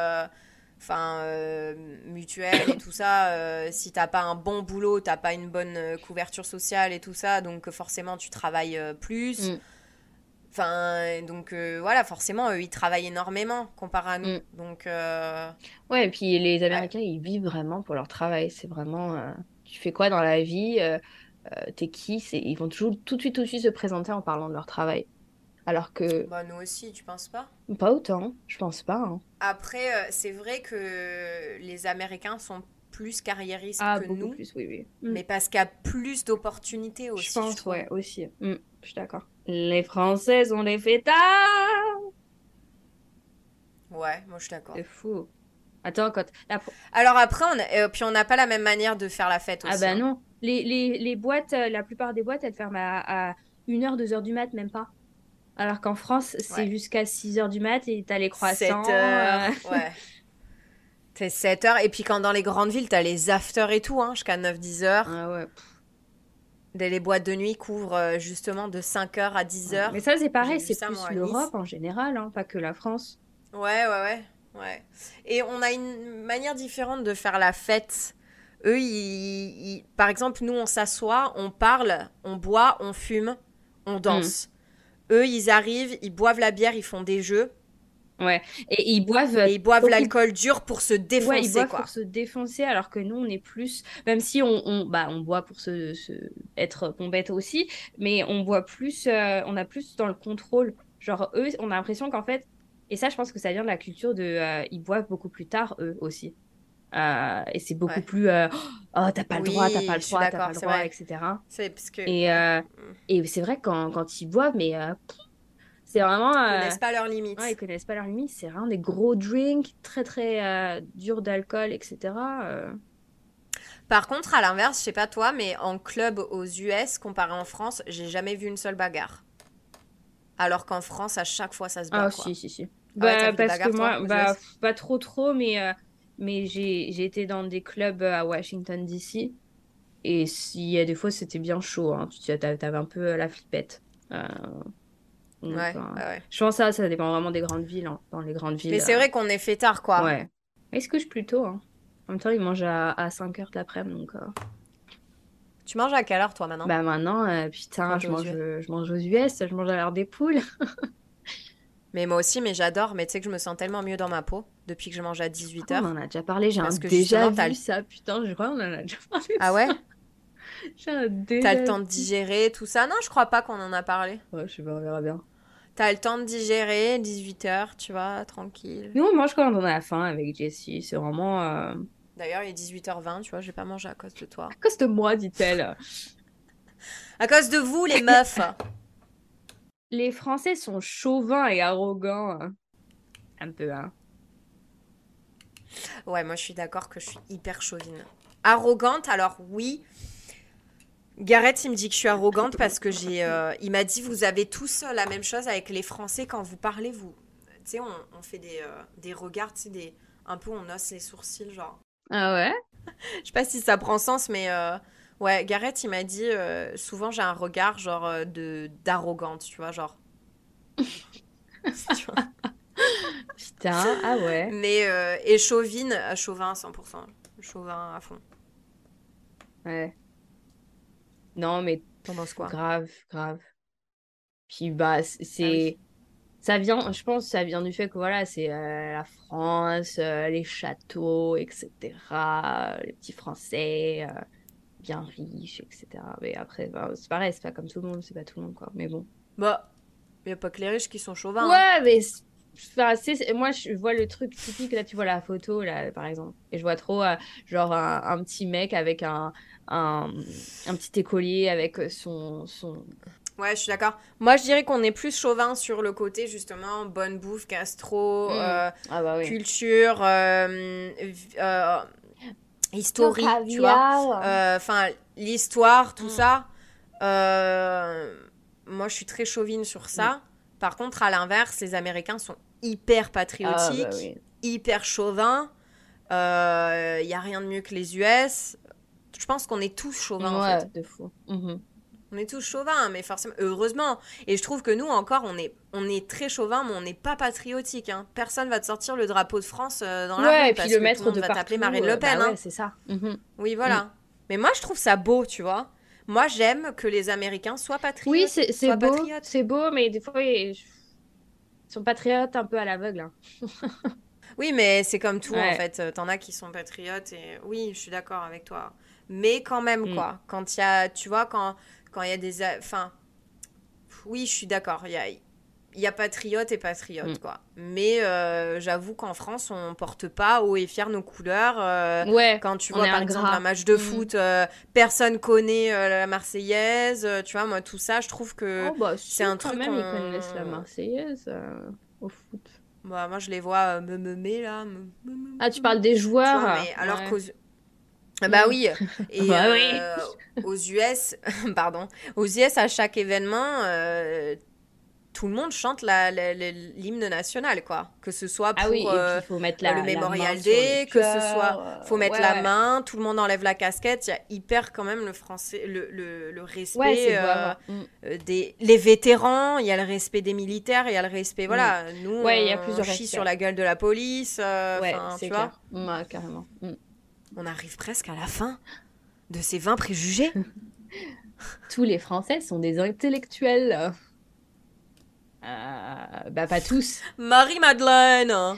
mutuelle et tout ça. Si t'as pas un bon boulot, t'as pas une bonne couverture sociale et tout ça, donc forcément tu travailles plus. Mm, Donc voilà, forcément, eux, ils travaillent énormément comparé à nous. mm. Donc, Ouais, et puis les ouais. Américains, ils vivent vraiment pour leur travail. C'est vraiment, tu fais quoi dans la vie? T'es qui? Ils vont toujours tout de suite se présenter en parlant de leur travail. Alors que, Bah, nous aussi, tu penses pas? pas autant, je pense pas, hein. Après, c'est vrai que les Américains sont plus carriéristes Ah, que beaucoup nous, plus, oui, oui. mais parce qu'il y a plus d'opportunités Je aussi, je pense, trouve. ouais, aussi. Je suis d'accord. Les Français sont des fêtards! Ouais, moi je suis C'est d'accord. fou. Attends, Alors après, puis on n'a pas la même manière de faire la fête ah aussi, bah hein. non. Les boîtes, la plupart des boîtes, elles ferment à 1h, 2h du mat, même pas. Alors qu'en France, c'est Ouais. jusqu'à 6h du mat et t'as les 7 croissants. heures, ouais. C'est 7 heures. Et puis quand dans les grandes villes, t'as les afters et tout, hein, jusqu'à 9 10 heures. Ah ouais. Les boîtes de nuit couvrent justement de 5 heures à 10 Ouais. Mais heures. ça, c'est J'ai pareil, vu c'est ça, moi, plus à Nice. l'Europe en général, hein, pas que la France. Ouais, ouais, ouais, ouais. Et on a une manière différente de faire la fête. Eux, par exemple, nous, on s'assoit, on parle, on boit, on fume, on Hmm. danse. Eux, ils arrivent, ils boivent la bière, ils font des jeux. Ouais. Et ils boivent Et ils boivent beaucoup. l'alcool dur pour se Ouais, ils défoncer, boivent pour quoi. se défoncer, alors que nous, on est plus, même si bah, on boit pour être pompette aussi, mais on boit plus, on a plus dans le contrôle. Genre, eux, on a l'impression qu'en fait, et ça, je pense que ça vient de la culture ils boivent beaucoup plus tard, eux aussi. Et c'est beaucoup Ouais. plus, oh, t'as pas le droit, t'as pas Oui, le je suis droit, t'as pas d'accord, le c'est droit, vrai. etc. C'est parce que, Et, ouais. euh, et c'est vrai que quand ils boivent, mais c'est vraiment, Ils connaissent pas leurs ouais, ils limites. connaissent pas leurs limites, c'est vraiment des gros drinks, très très durs d'alcool, etc. Par contre, à l'inverse, je sais pas toi, mais en club aux US, comparé en France, j'ai jamais vu une seule bagarre. Alors qu'en France, à chaque fois, ça se bat, Ah, quoi. si, si, si. Ah ouais, t'as Bah, vu des parce que bagarres, toi, moi, aux bah, US? pas trop, trop, mais j'ai été dans des clubs à Washington, D.C. Et s'il y a des fois, c'était bien chaud, hein. T'avais un peu la flippette. Euh, Donc, Ouais, ouais. je pense que ça dépend vraiment des grandes villes. Hein. Dans les grandes villes. Mais c'est vrai qu'on est fêtard, quoi. Ouais. Mais ils se couchent plus tôt. Hein. En même temps, ils mangent à 5 heures de l'après-midi. Donc, Tu manges à quelle heure, toi, maintenant? bah maintenant, putain, Quand t'es aux US? je mange aux US, je mange à l'heure des poules. Mais moi aussi, mais j'adore. Mais tu sais que je me sens tellement mieux dans ma peau depuis que je mange à Je 18 crois qu'on heures. en a déjà parlé. J'ai un Parce que déjà justement, vu ça. Putain, je crois qu'on en a déjà parlé de ah ça. ouais? J'ai un T'as le déjà temps de vu. digérer, tout ça? Non, je crois pas qu'on en a parlé. Ouais, je sais pas, on verra bien. T'as le temps de digérer, 18 heures, tu vois, tranquille. Nous, on mange quand on a faim avec Jessie. C'est vraiment D'ailleurs, il est 18h20, tu vois, j'ai pas mangé à cause de à toi. cause de moi, dit-elle. À cause de vous, les meufs! Les Français sont chauvins et arrogants. Un peu, hein. Ouais, moi je suis d'accord que je suis hyper chauvine. Arrogante, alors oui. Gareth, il me dit que je suis arrogante parce que il m'a dit, vous avez tous la même chose avec les Français quand vous parlez, vous. Tu sais, on fait des regards, tu sais, un peu on hausse les sourcils, genre. Ah ouais? Je sais pas si ça prend sens, mais ouais, Gareth, il m'a dit, souvent j'ai un regard, genre, d'arrogante, tu vois, genre. Tu vois. Putain, ah ouais. Mais, et chauvine, chauvin à 100%. Chauvin à fond. Ouais. Non, mais T'en penses quoi? grave, grave. Puis bah, Ah oui. ça vient, je pense, que ça vient du fait que voilà, c'est la France, les châteaux, etc. Les petits Français, bien riches, etc. Mais après, bah, c'est pareil, c'est pas comme tout le monde, c'est pas tout le monde, quoi. Mais bon. Bah, y a pas que les riches qui sont chauvins, hein. Ouais, mais enfin, moi, je vois le truc typique, là, tu vois la photo, là, par exemple. Et je vois trop, genre, un petit mec avec un, un petit écolier avec son... Ouais, je suis d'accord. Moi, je dirais qu'on est plus chauvin sur le côté, justement, bonne bouffe, gastro, Hmm. Ah bah oui. culture, Le historique, tu vois. caviar. Enfin, l'histoire, tout Hmm. ça. Euh, Moi, je suis très chauvine sur Hmm. ça. Par contre, à l'inverse, les Américains sont hyper Ah bah patriotiques, oui. hyper chauvins. Il y a rien de mieux que les US. Je pense qu'on est tous chauvins, en Ouais, fait. de fou. Mhm. On est tous chauvins, mais forcément, heureusement. Et je trouve que nous, encore, on est très chauvins, mais on n'est pas patriotiques. Hein. Personne va te sortir le drapeau de France dans la Ouais, rue et puis parce le que tout le mettre monde de va t'appeler partout, Marine Le bah Pen. ouais, Hein. c'est ça. Mhm. Oui, Mm. voilà. Mais moi, je trouve ça beau, tu vois. Moi, j'aime que les Américains soient Oui, patriotes. c'est beau, mais des fois, ils sont patriotes un peu à l'aveugle. Hein. Oui, mais c'est comme tout, en Ouais. fait. T'en as qui sont patriotes et oui, je suis d'accord avec toi. Mais quand même, Mm. quoi. Quand il y a, tu vois, quand il y a des... Enfin, oui, je suis d'accord. Il y a patriote et Mm. patriote, quoi. Mais j'avoue qu'en France, on porte pas haut et fier nos couleurs. Ouais, Quand tu on est vois, par exemple, un ingrat. match de Mm. foot, personne connaît la Marseillaise. Tu vois, moi, tout ça, je trouve que Oh bah c'est si, un quand truc même, ils connaissent la qu'on... Marseillaise au foot. Bah, moi, je les vois là. Ah, tu parles des Tu vois, joueurs? mais alors Ouais. qu'aux... Ah bah Mm. oui, et Bah oui. aux US, pardon, aux US, à chaque événement, tout le monde chante l'hymne national, quoi. Que ce soit Ah oui, pour et puis il faut mettre le la main Memorial sur le Day, que ce soit, cœur. faut mettre Ouais, la ouais. main, tout le monde enlève la casquette. Il y a hyper quand même le français, le Ouais, c'est respect beau à voir. Mm. les vétérans. Il y a le respect des militaires, il y a le respect, Mm. voilà. Nous, Ouais, il y a on plus de chie sur respect. la gueule de la police. Ouais, Enfin, c'est tu vois, clair. Ouais, carrément. Mm. on arrive presque à la fin de ces 20 préjugés. Tous les Français sont des intellectuels. Bah pas tous. Marie-Madeleine.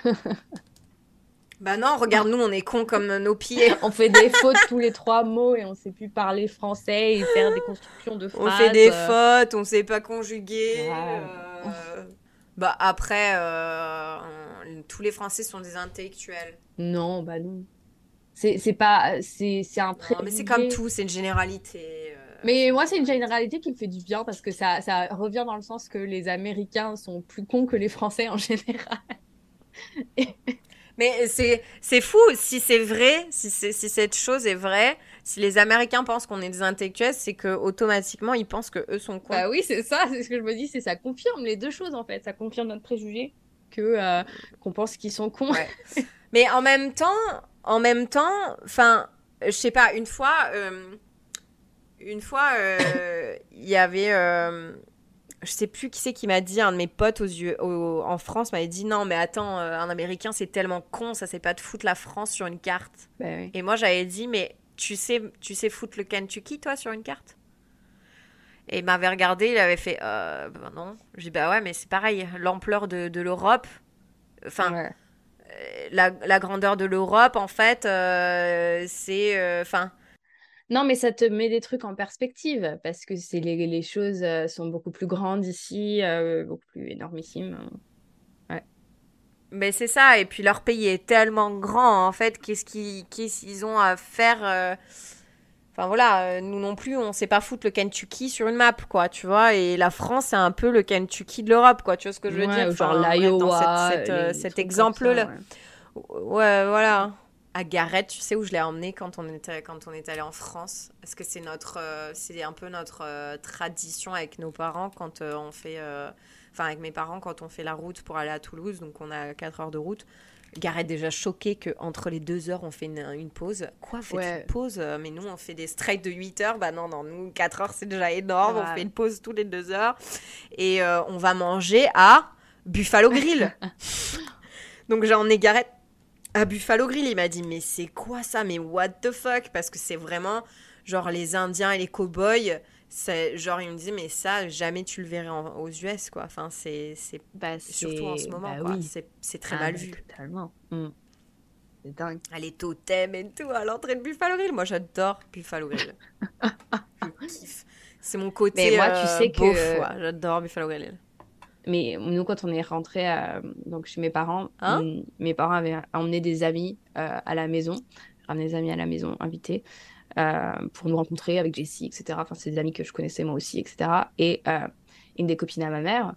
Bah non, regarde, nous, on est cons comme nos pieds. On fait des fautes tous les 3 mots et on sait plus parler français et faire des constructions de On fait phrases. des fautes, on sait pas conjuguer. Ah, Bah après, tous les Français sont des intellectuels. non, bah non. C'est pas c'est un Non, mais c'est comme préjugé. tout, c'est une généralité. C'est Mais une moi, c'est une généralité. généralité qui me fait du bien parce que ça revient dans le sens que les Américains sont plus cons que les Français en général. Mais c'est fou, si c'est vrai, si cette chose est vraie, si les Américains pensent qu'on est des intellectuels, c'est que automatiquement ils pensent que eux sont cons. Bah oui, c'est ça, c'est ce que je me dis, c'est ça confirme les deux choses en fait. Ça confirme notre préjugé que qu'on pense qu'ils sont cons. Ouais. Mais en même temps, enfin, je sais pas, une fois, il y avait Je sais plus qui c'est qui m'a dit, un de mes potes en France m'avait dit non mais attends, un Américain c'est tellement con, ça sait pas de foutre la France sur une carte. Bah oui. Et moi j'avais dit mais tu sais foutre le Kentucky toi sur une carte? Et il m'avait regardé, il avait fait bah non. Je dis bah ouais mais c'est pareil, l'ampleur de l'Europe, enfin Ouais. la grandeur de l'Europe en fait c'est enfin Non, mais ça te met des trucs en perspective parce que les choses sont beaucoup plus grandes ici, beaucoup plus énormissimes. Ouais. mais c'est ça, et puis leur pays est tellement grand en fait, qu'est-ce qu'ils ont à faire enfin voilà, nous non plus, on sait pas foutre le Kentucky sur une map, quoi, tu vois. Et la France, c'est un peu le Kentucky de l'Europe, quoi. Tu vois ce que je veux dire? Ouais, ou genre Enfin, bref, dans l'Iowa, les cet trucs comme ça, exemple-là. ouais. Ouais, voilà. À Gareth, tu sais où je l'ai emmené quand on est allé en France? Parce que c'est un peu notre tradition avec nos parents quand on fait, enfin avec mes parents quand on fait la route pour aller à Toulouse, donc on a 4 heures de route. Gareth déjà choqué qu'entre les 2 heures on fait une pause. Quoi, faites une Ouais, pause? Mais nous on fait des straight de 8 heures. Bah non, non, nous 4 heures c'est déjà énorme. On fait grave. une pause tous les 2 heures. Et on va manger à Buffalo Grill. Donc j'ai emmené Gareth à Buffalo Grill. Il m'a dit mais c'est quoi ça? Mais what the fuck? Parce que c'est vraiment genre les Indiens et les cow-boys. C'est, genre il me dit mais ça jamais tu le verrais aux US quoi. Enfin c'est Bah, surtout en ce c'est. moment Bah quoi. oui. C'est très Ah, mal bah, vu. totalement. C'est dingue. Ah, les totems et tout à l'entrée de Buffalo Grill. Moi, j'adore Buffalo Grill. Je kiffe. C'est mon Mais côté moi, tu sais beauf, que. quoi. J'adore Buffalo Grill. Mais nous, quand on est rentré donc chez mes parents, Hein? mes parents avaient emmené des amis à la maison, ramené des amis à la maison, invités, pour nous rencontrer avec Jessie, etc. Enfin, c'est des amis que je connaissais moi aussi, etc. Et une des copines à ma mère,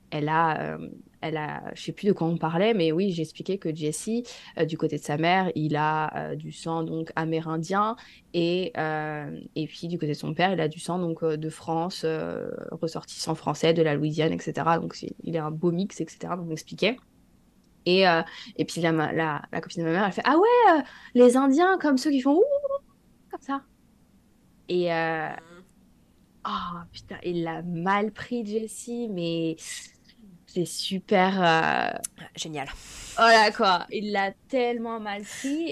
je sais plus de quoi on parlait, mais oui, j'ai expliqué que Jesse, du côté de sa mère, il a du sang donc amérindien et puis du côté de son père, il a du sang donc de France, ressortissant français, de la Louisiane, etc. Donc il est un beau mix, etc. Donc on expliquait. Et, euh, et puis la copine de ma mère, elle fait ah ouais, les Indiens comme ceux qui font ouh comme ça. Et oh putain, il l'a mal pris Jesse, mais c'est super. Génial. Voilà quoi, il l'a tellement mal pris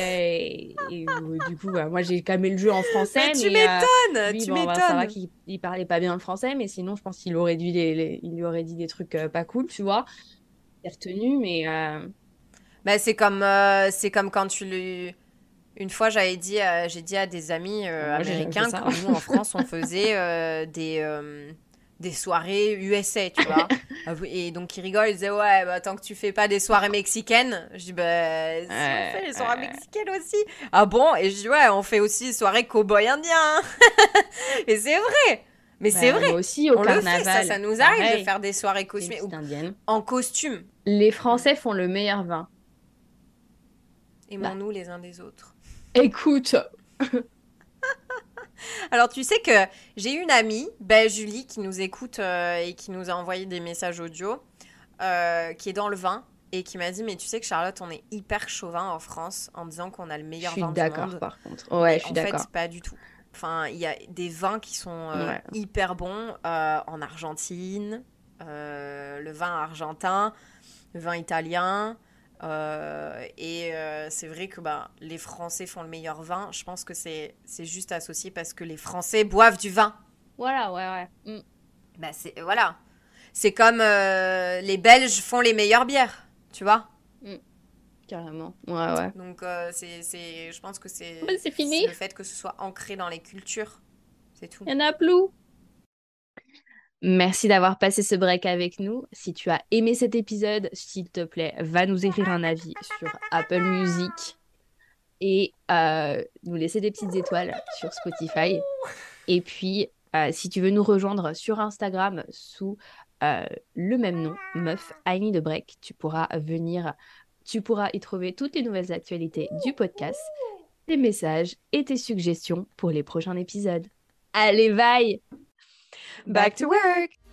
du coup bah, moi j'ai calmé le jeu en Mais français tu mais m'étonnes! lui Tu bon bah, ça va m'étonnes! qu'il il parlait pas bien le français mais sinon je pense qu'il aurait dit il lui aurait dit des trucs pas cool tu vois. Il est retenu mais Bah, c'est comme quand tu lui... Une fois, j'ai dit à des amis moi j'ai jamais fait américains ça. que nous, en France, on faisait des soirées USA, tu vois. Et donc, ils rigolent, ils disaient, ouais, bah, tant que tu fais pas des soirées mexicaines. Je dis, bah, si, on fait les soirées Euh, mexicaines aussi. Ah bon? Et je dis, ouais, on fait aussi des soirées cow-boy indiens. Et c'est vrai. Mais c'est bah, moi vrai. aussi au On le fait, carnaval ça nous arrive de pareil, faire des soirées c'est une costumées, petite indienne. en costume. Les Français font le meilleur vin. Bah Aimons-nous les uns des autres. écoute, Alors, tu sais que j'ai une amie, Julie, qui nous écoute et qui nous a envoyé des messages audio, qui est dans le vin et qui m'a dit, mais tu sais que Charlotte, on est hyper chauvin en France en disant qu'on a le je meilleur suis vin du d'accord monde. par contre. Ouais, Mais je suis en d'accord. fait, pas du tout. Enfin, il y a des vins qui sont Ouais. hyper bons en Argentine, le vin argentin, le vin italien. C'est vrai que bah, les Français font le meilleur vin. Je pense que c'est juste associé parce que les Français boivent du vin. Voilà, ouais, ouais. Bah, voilà. C'est comme les Belges font les meilleures bières, tu vois. Mm. Carrément. Ouais, ouais. Donc, je pense que Bah, c'est c'est fini. le fait que ce soit ancré dans les cultures. C'est tout. Il y en a plus. Merci d'avoir passé ce break avec nous. Si tu as aimé cet épisode, s'il te plaît, va nous écrire un avis sur Apple Music et nous laisser des petites étoiles sur Spotify. Et puis, si tu veux nous rejoindre sur Instagram sous le même nom, Meuf I Need a Break, tu pourras y trouver toutes les nouvelles actualités du podcast, tes messages et tes suggestions pour les prochains épisodes. Allez, bye! Back to work!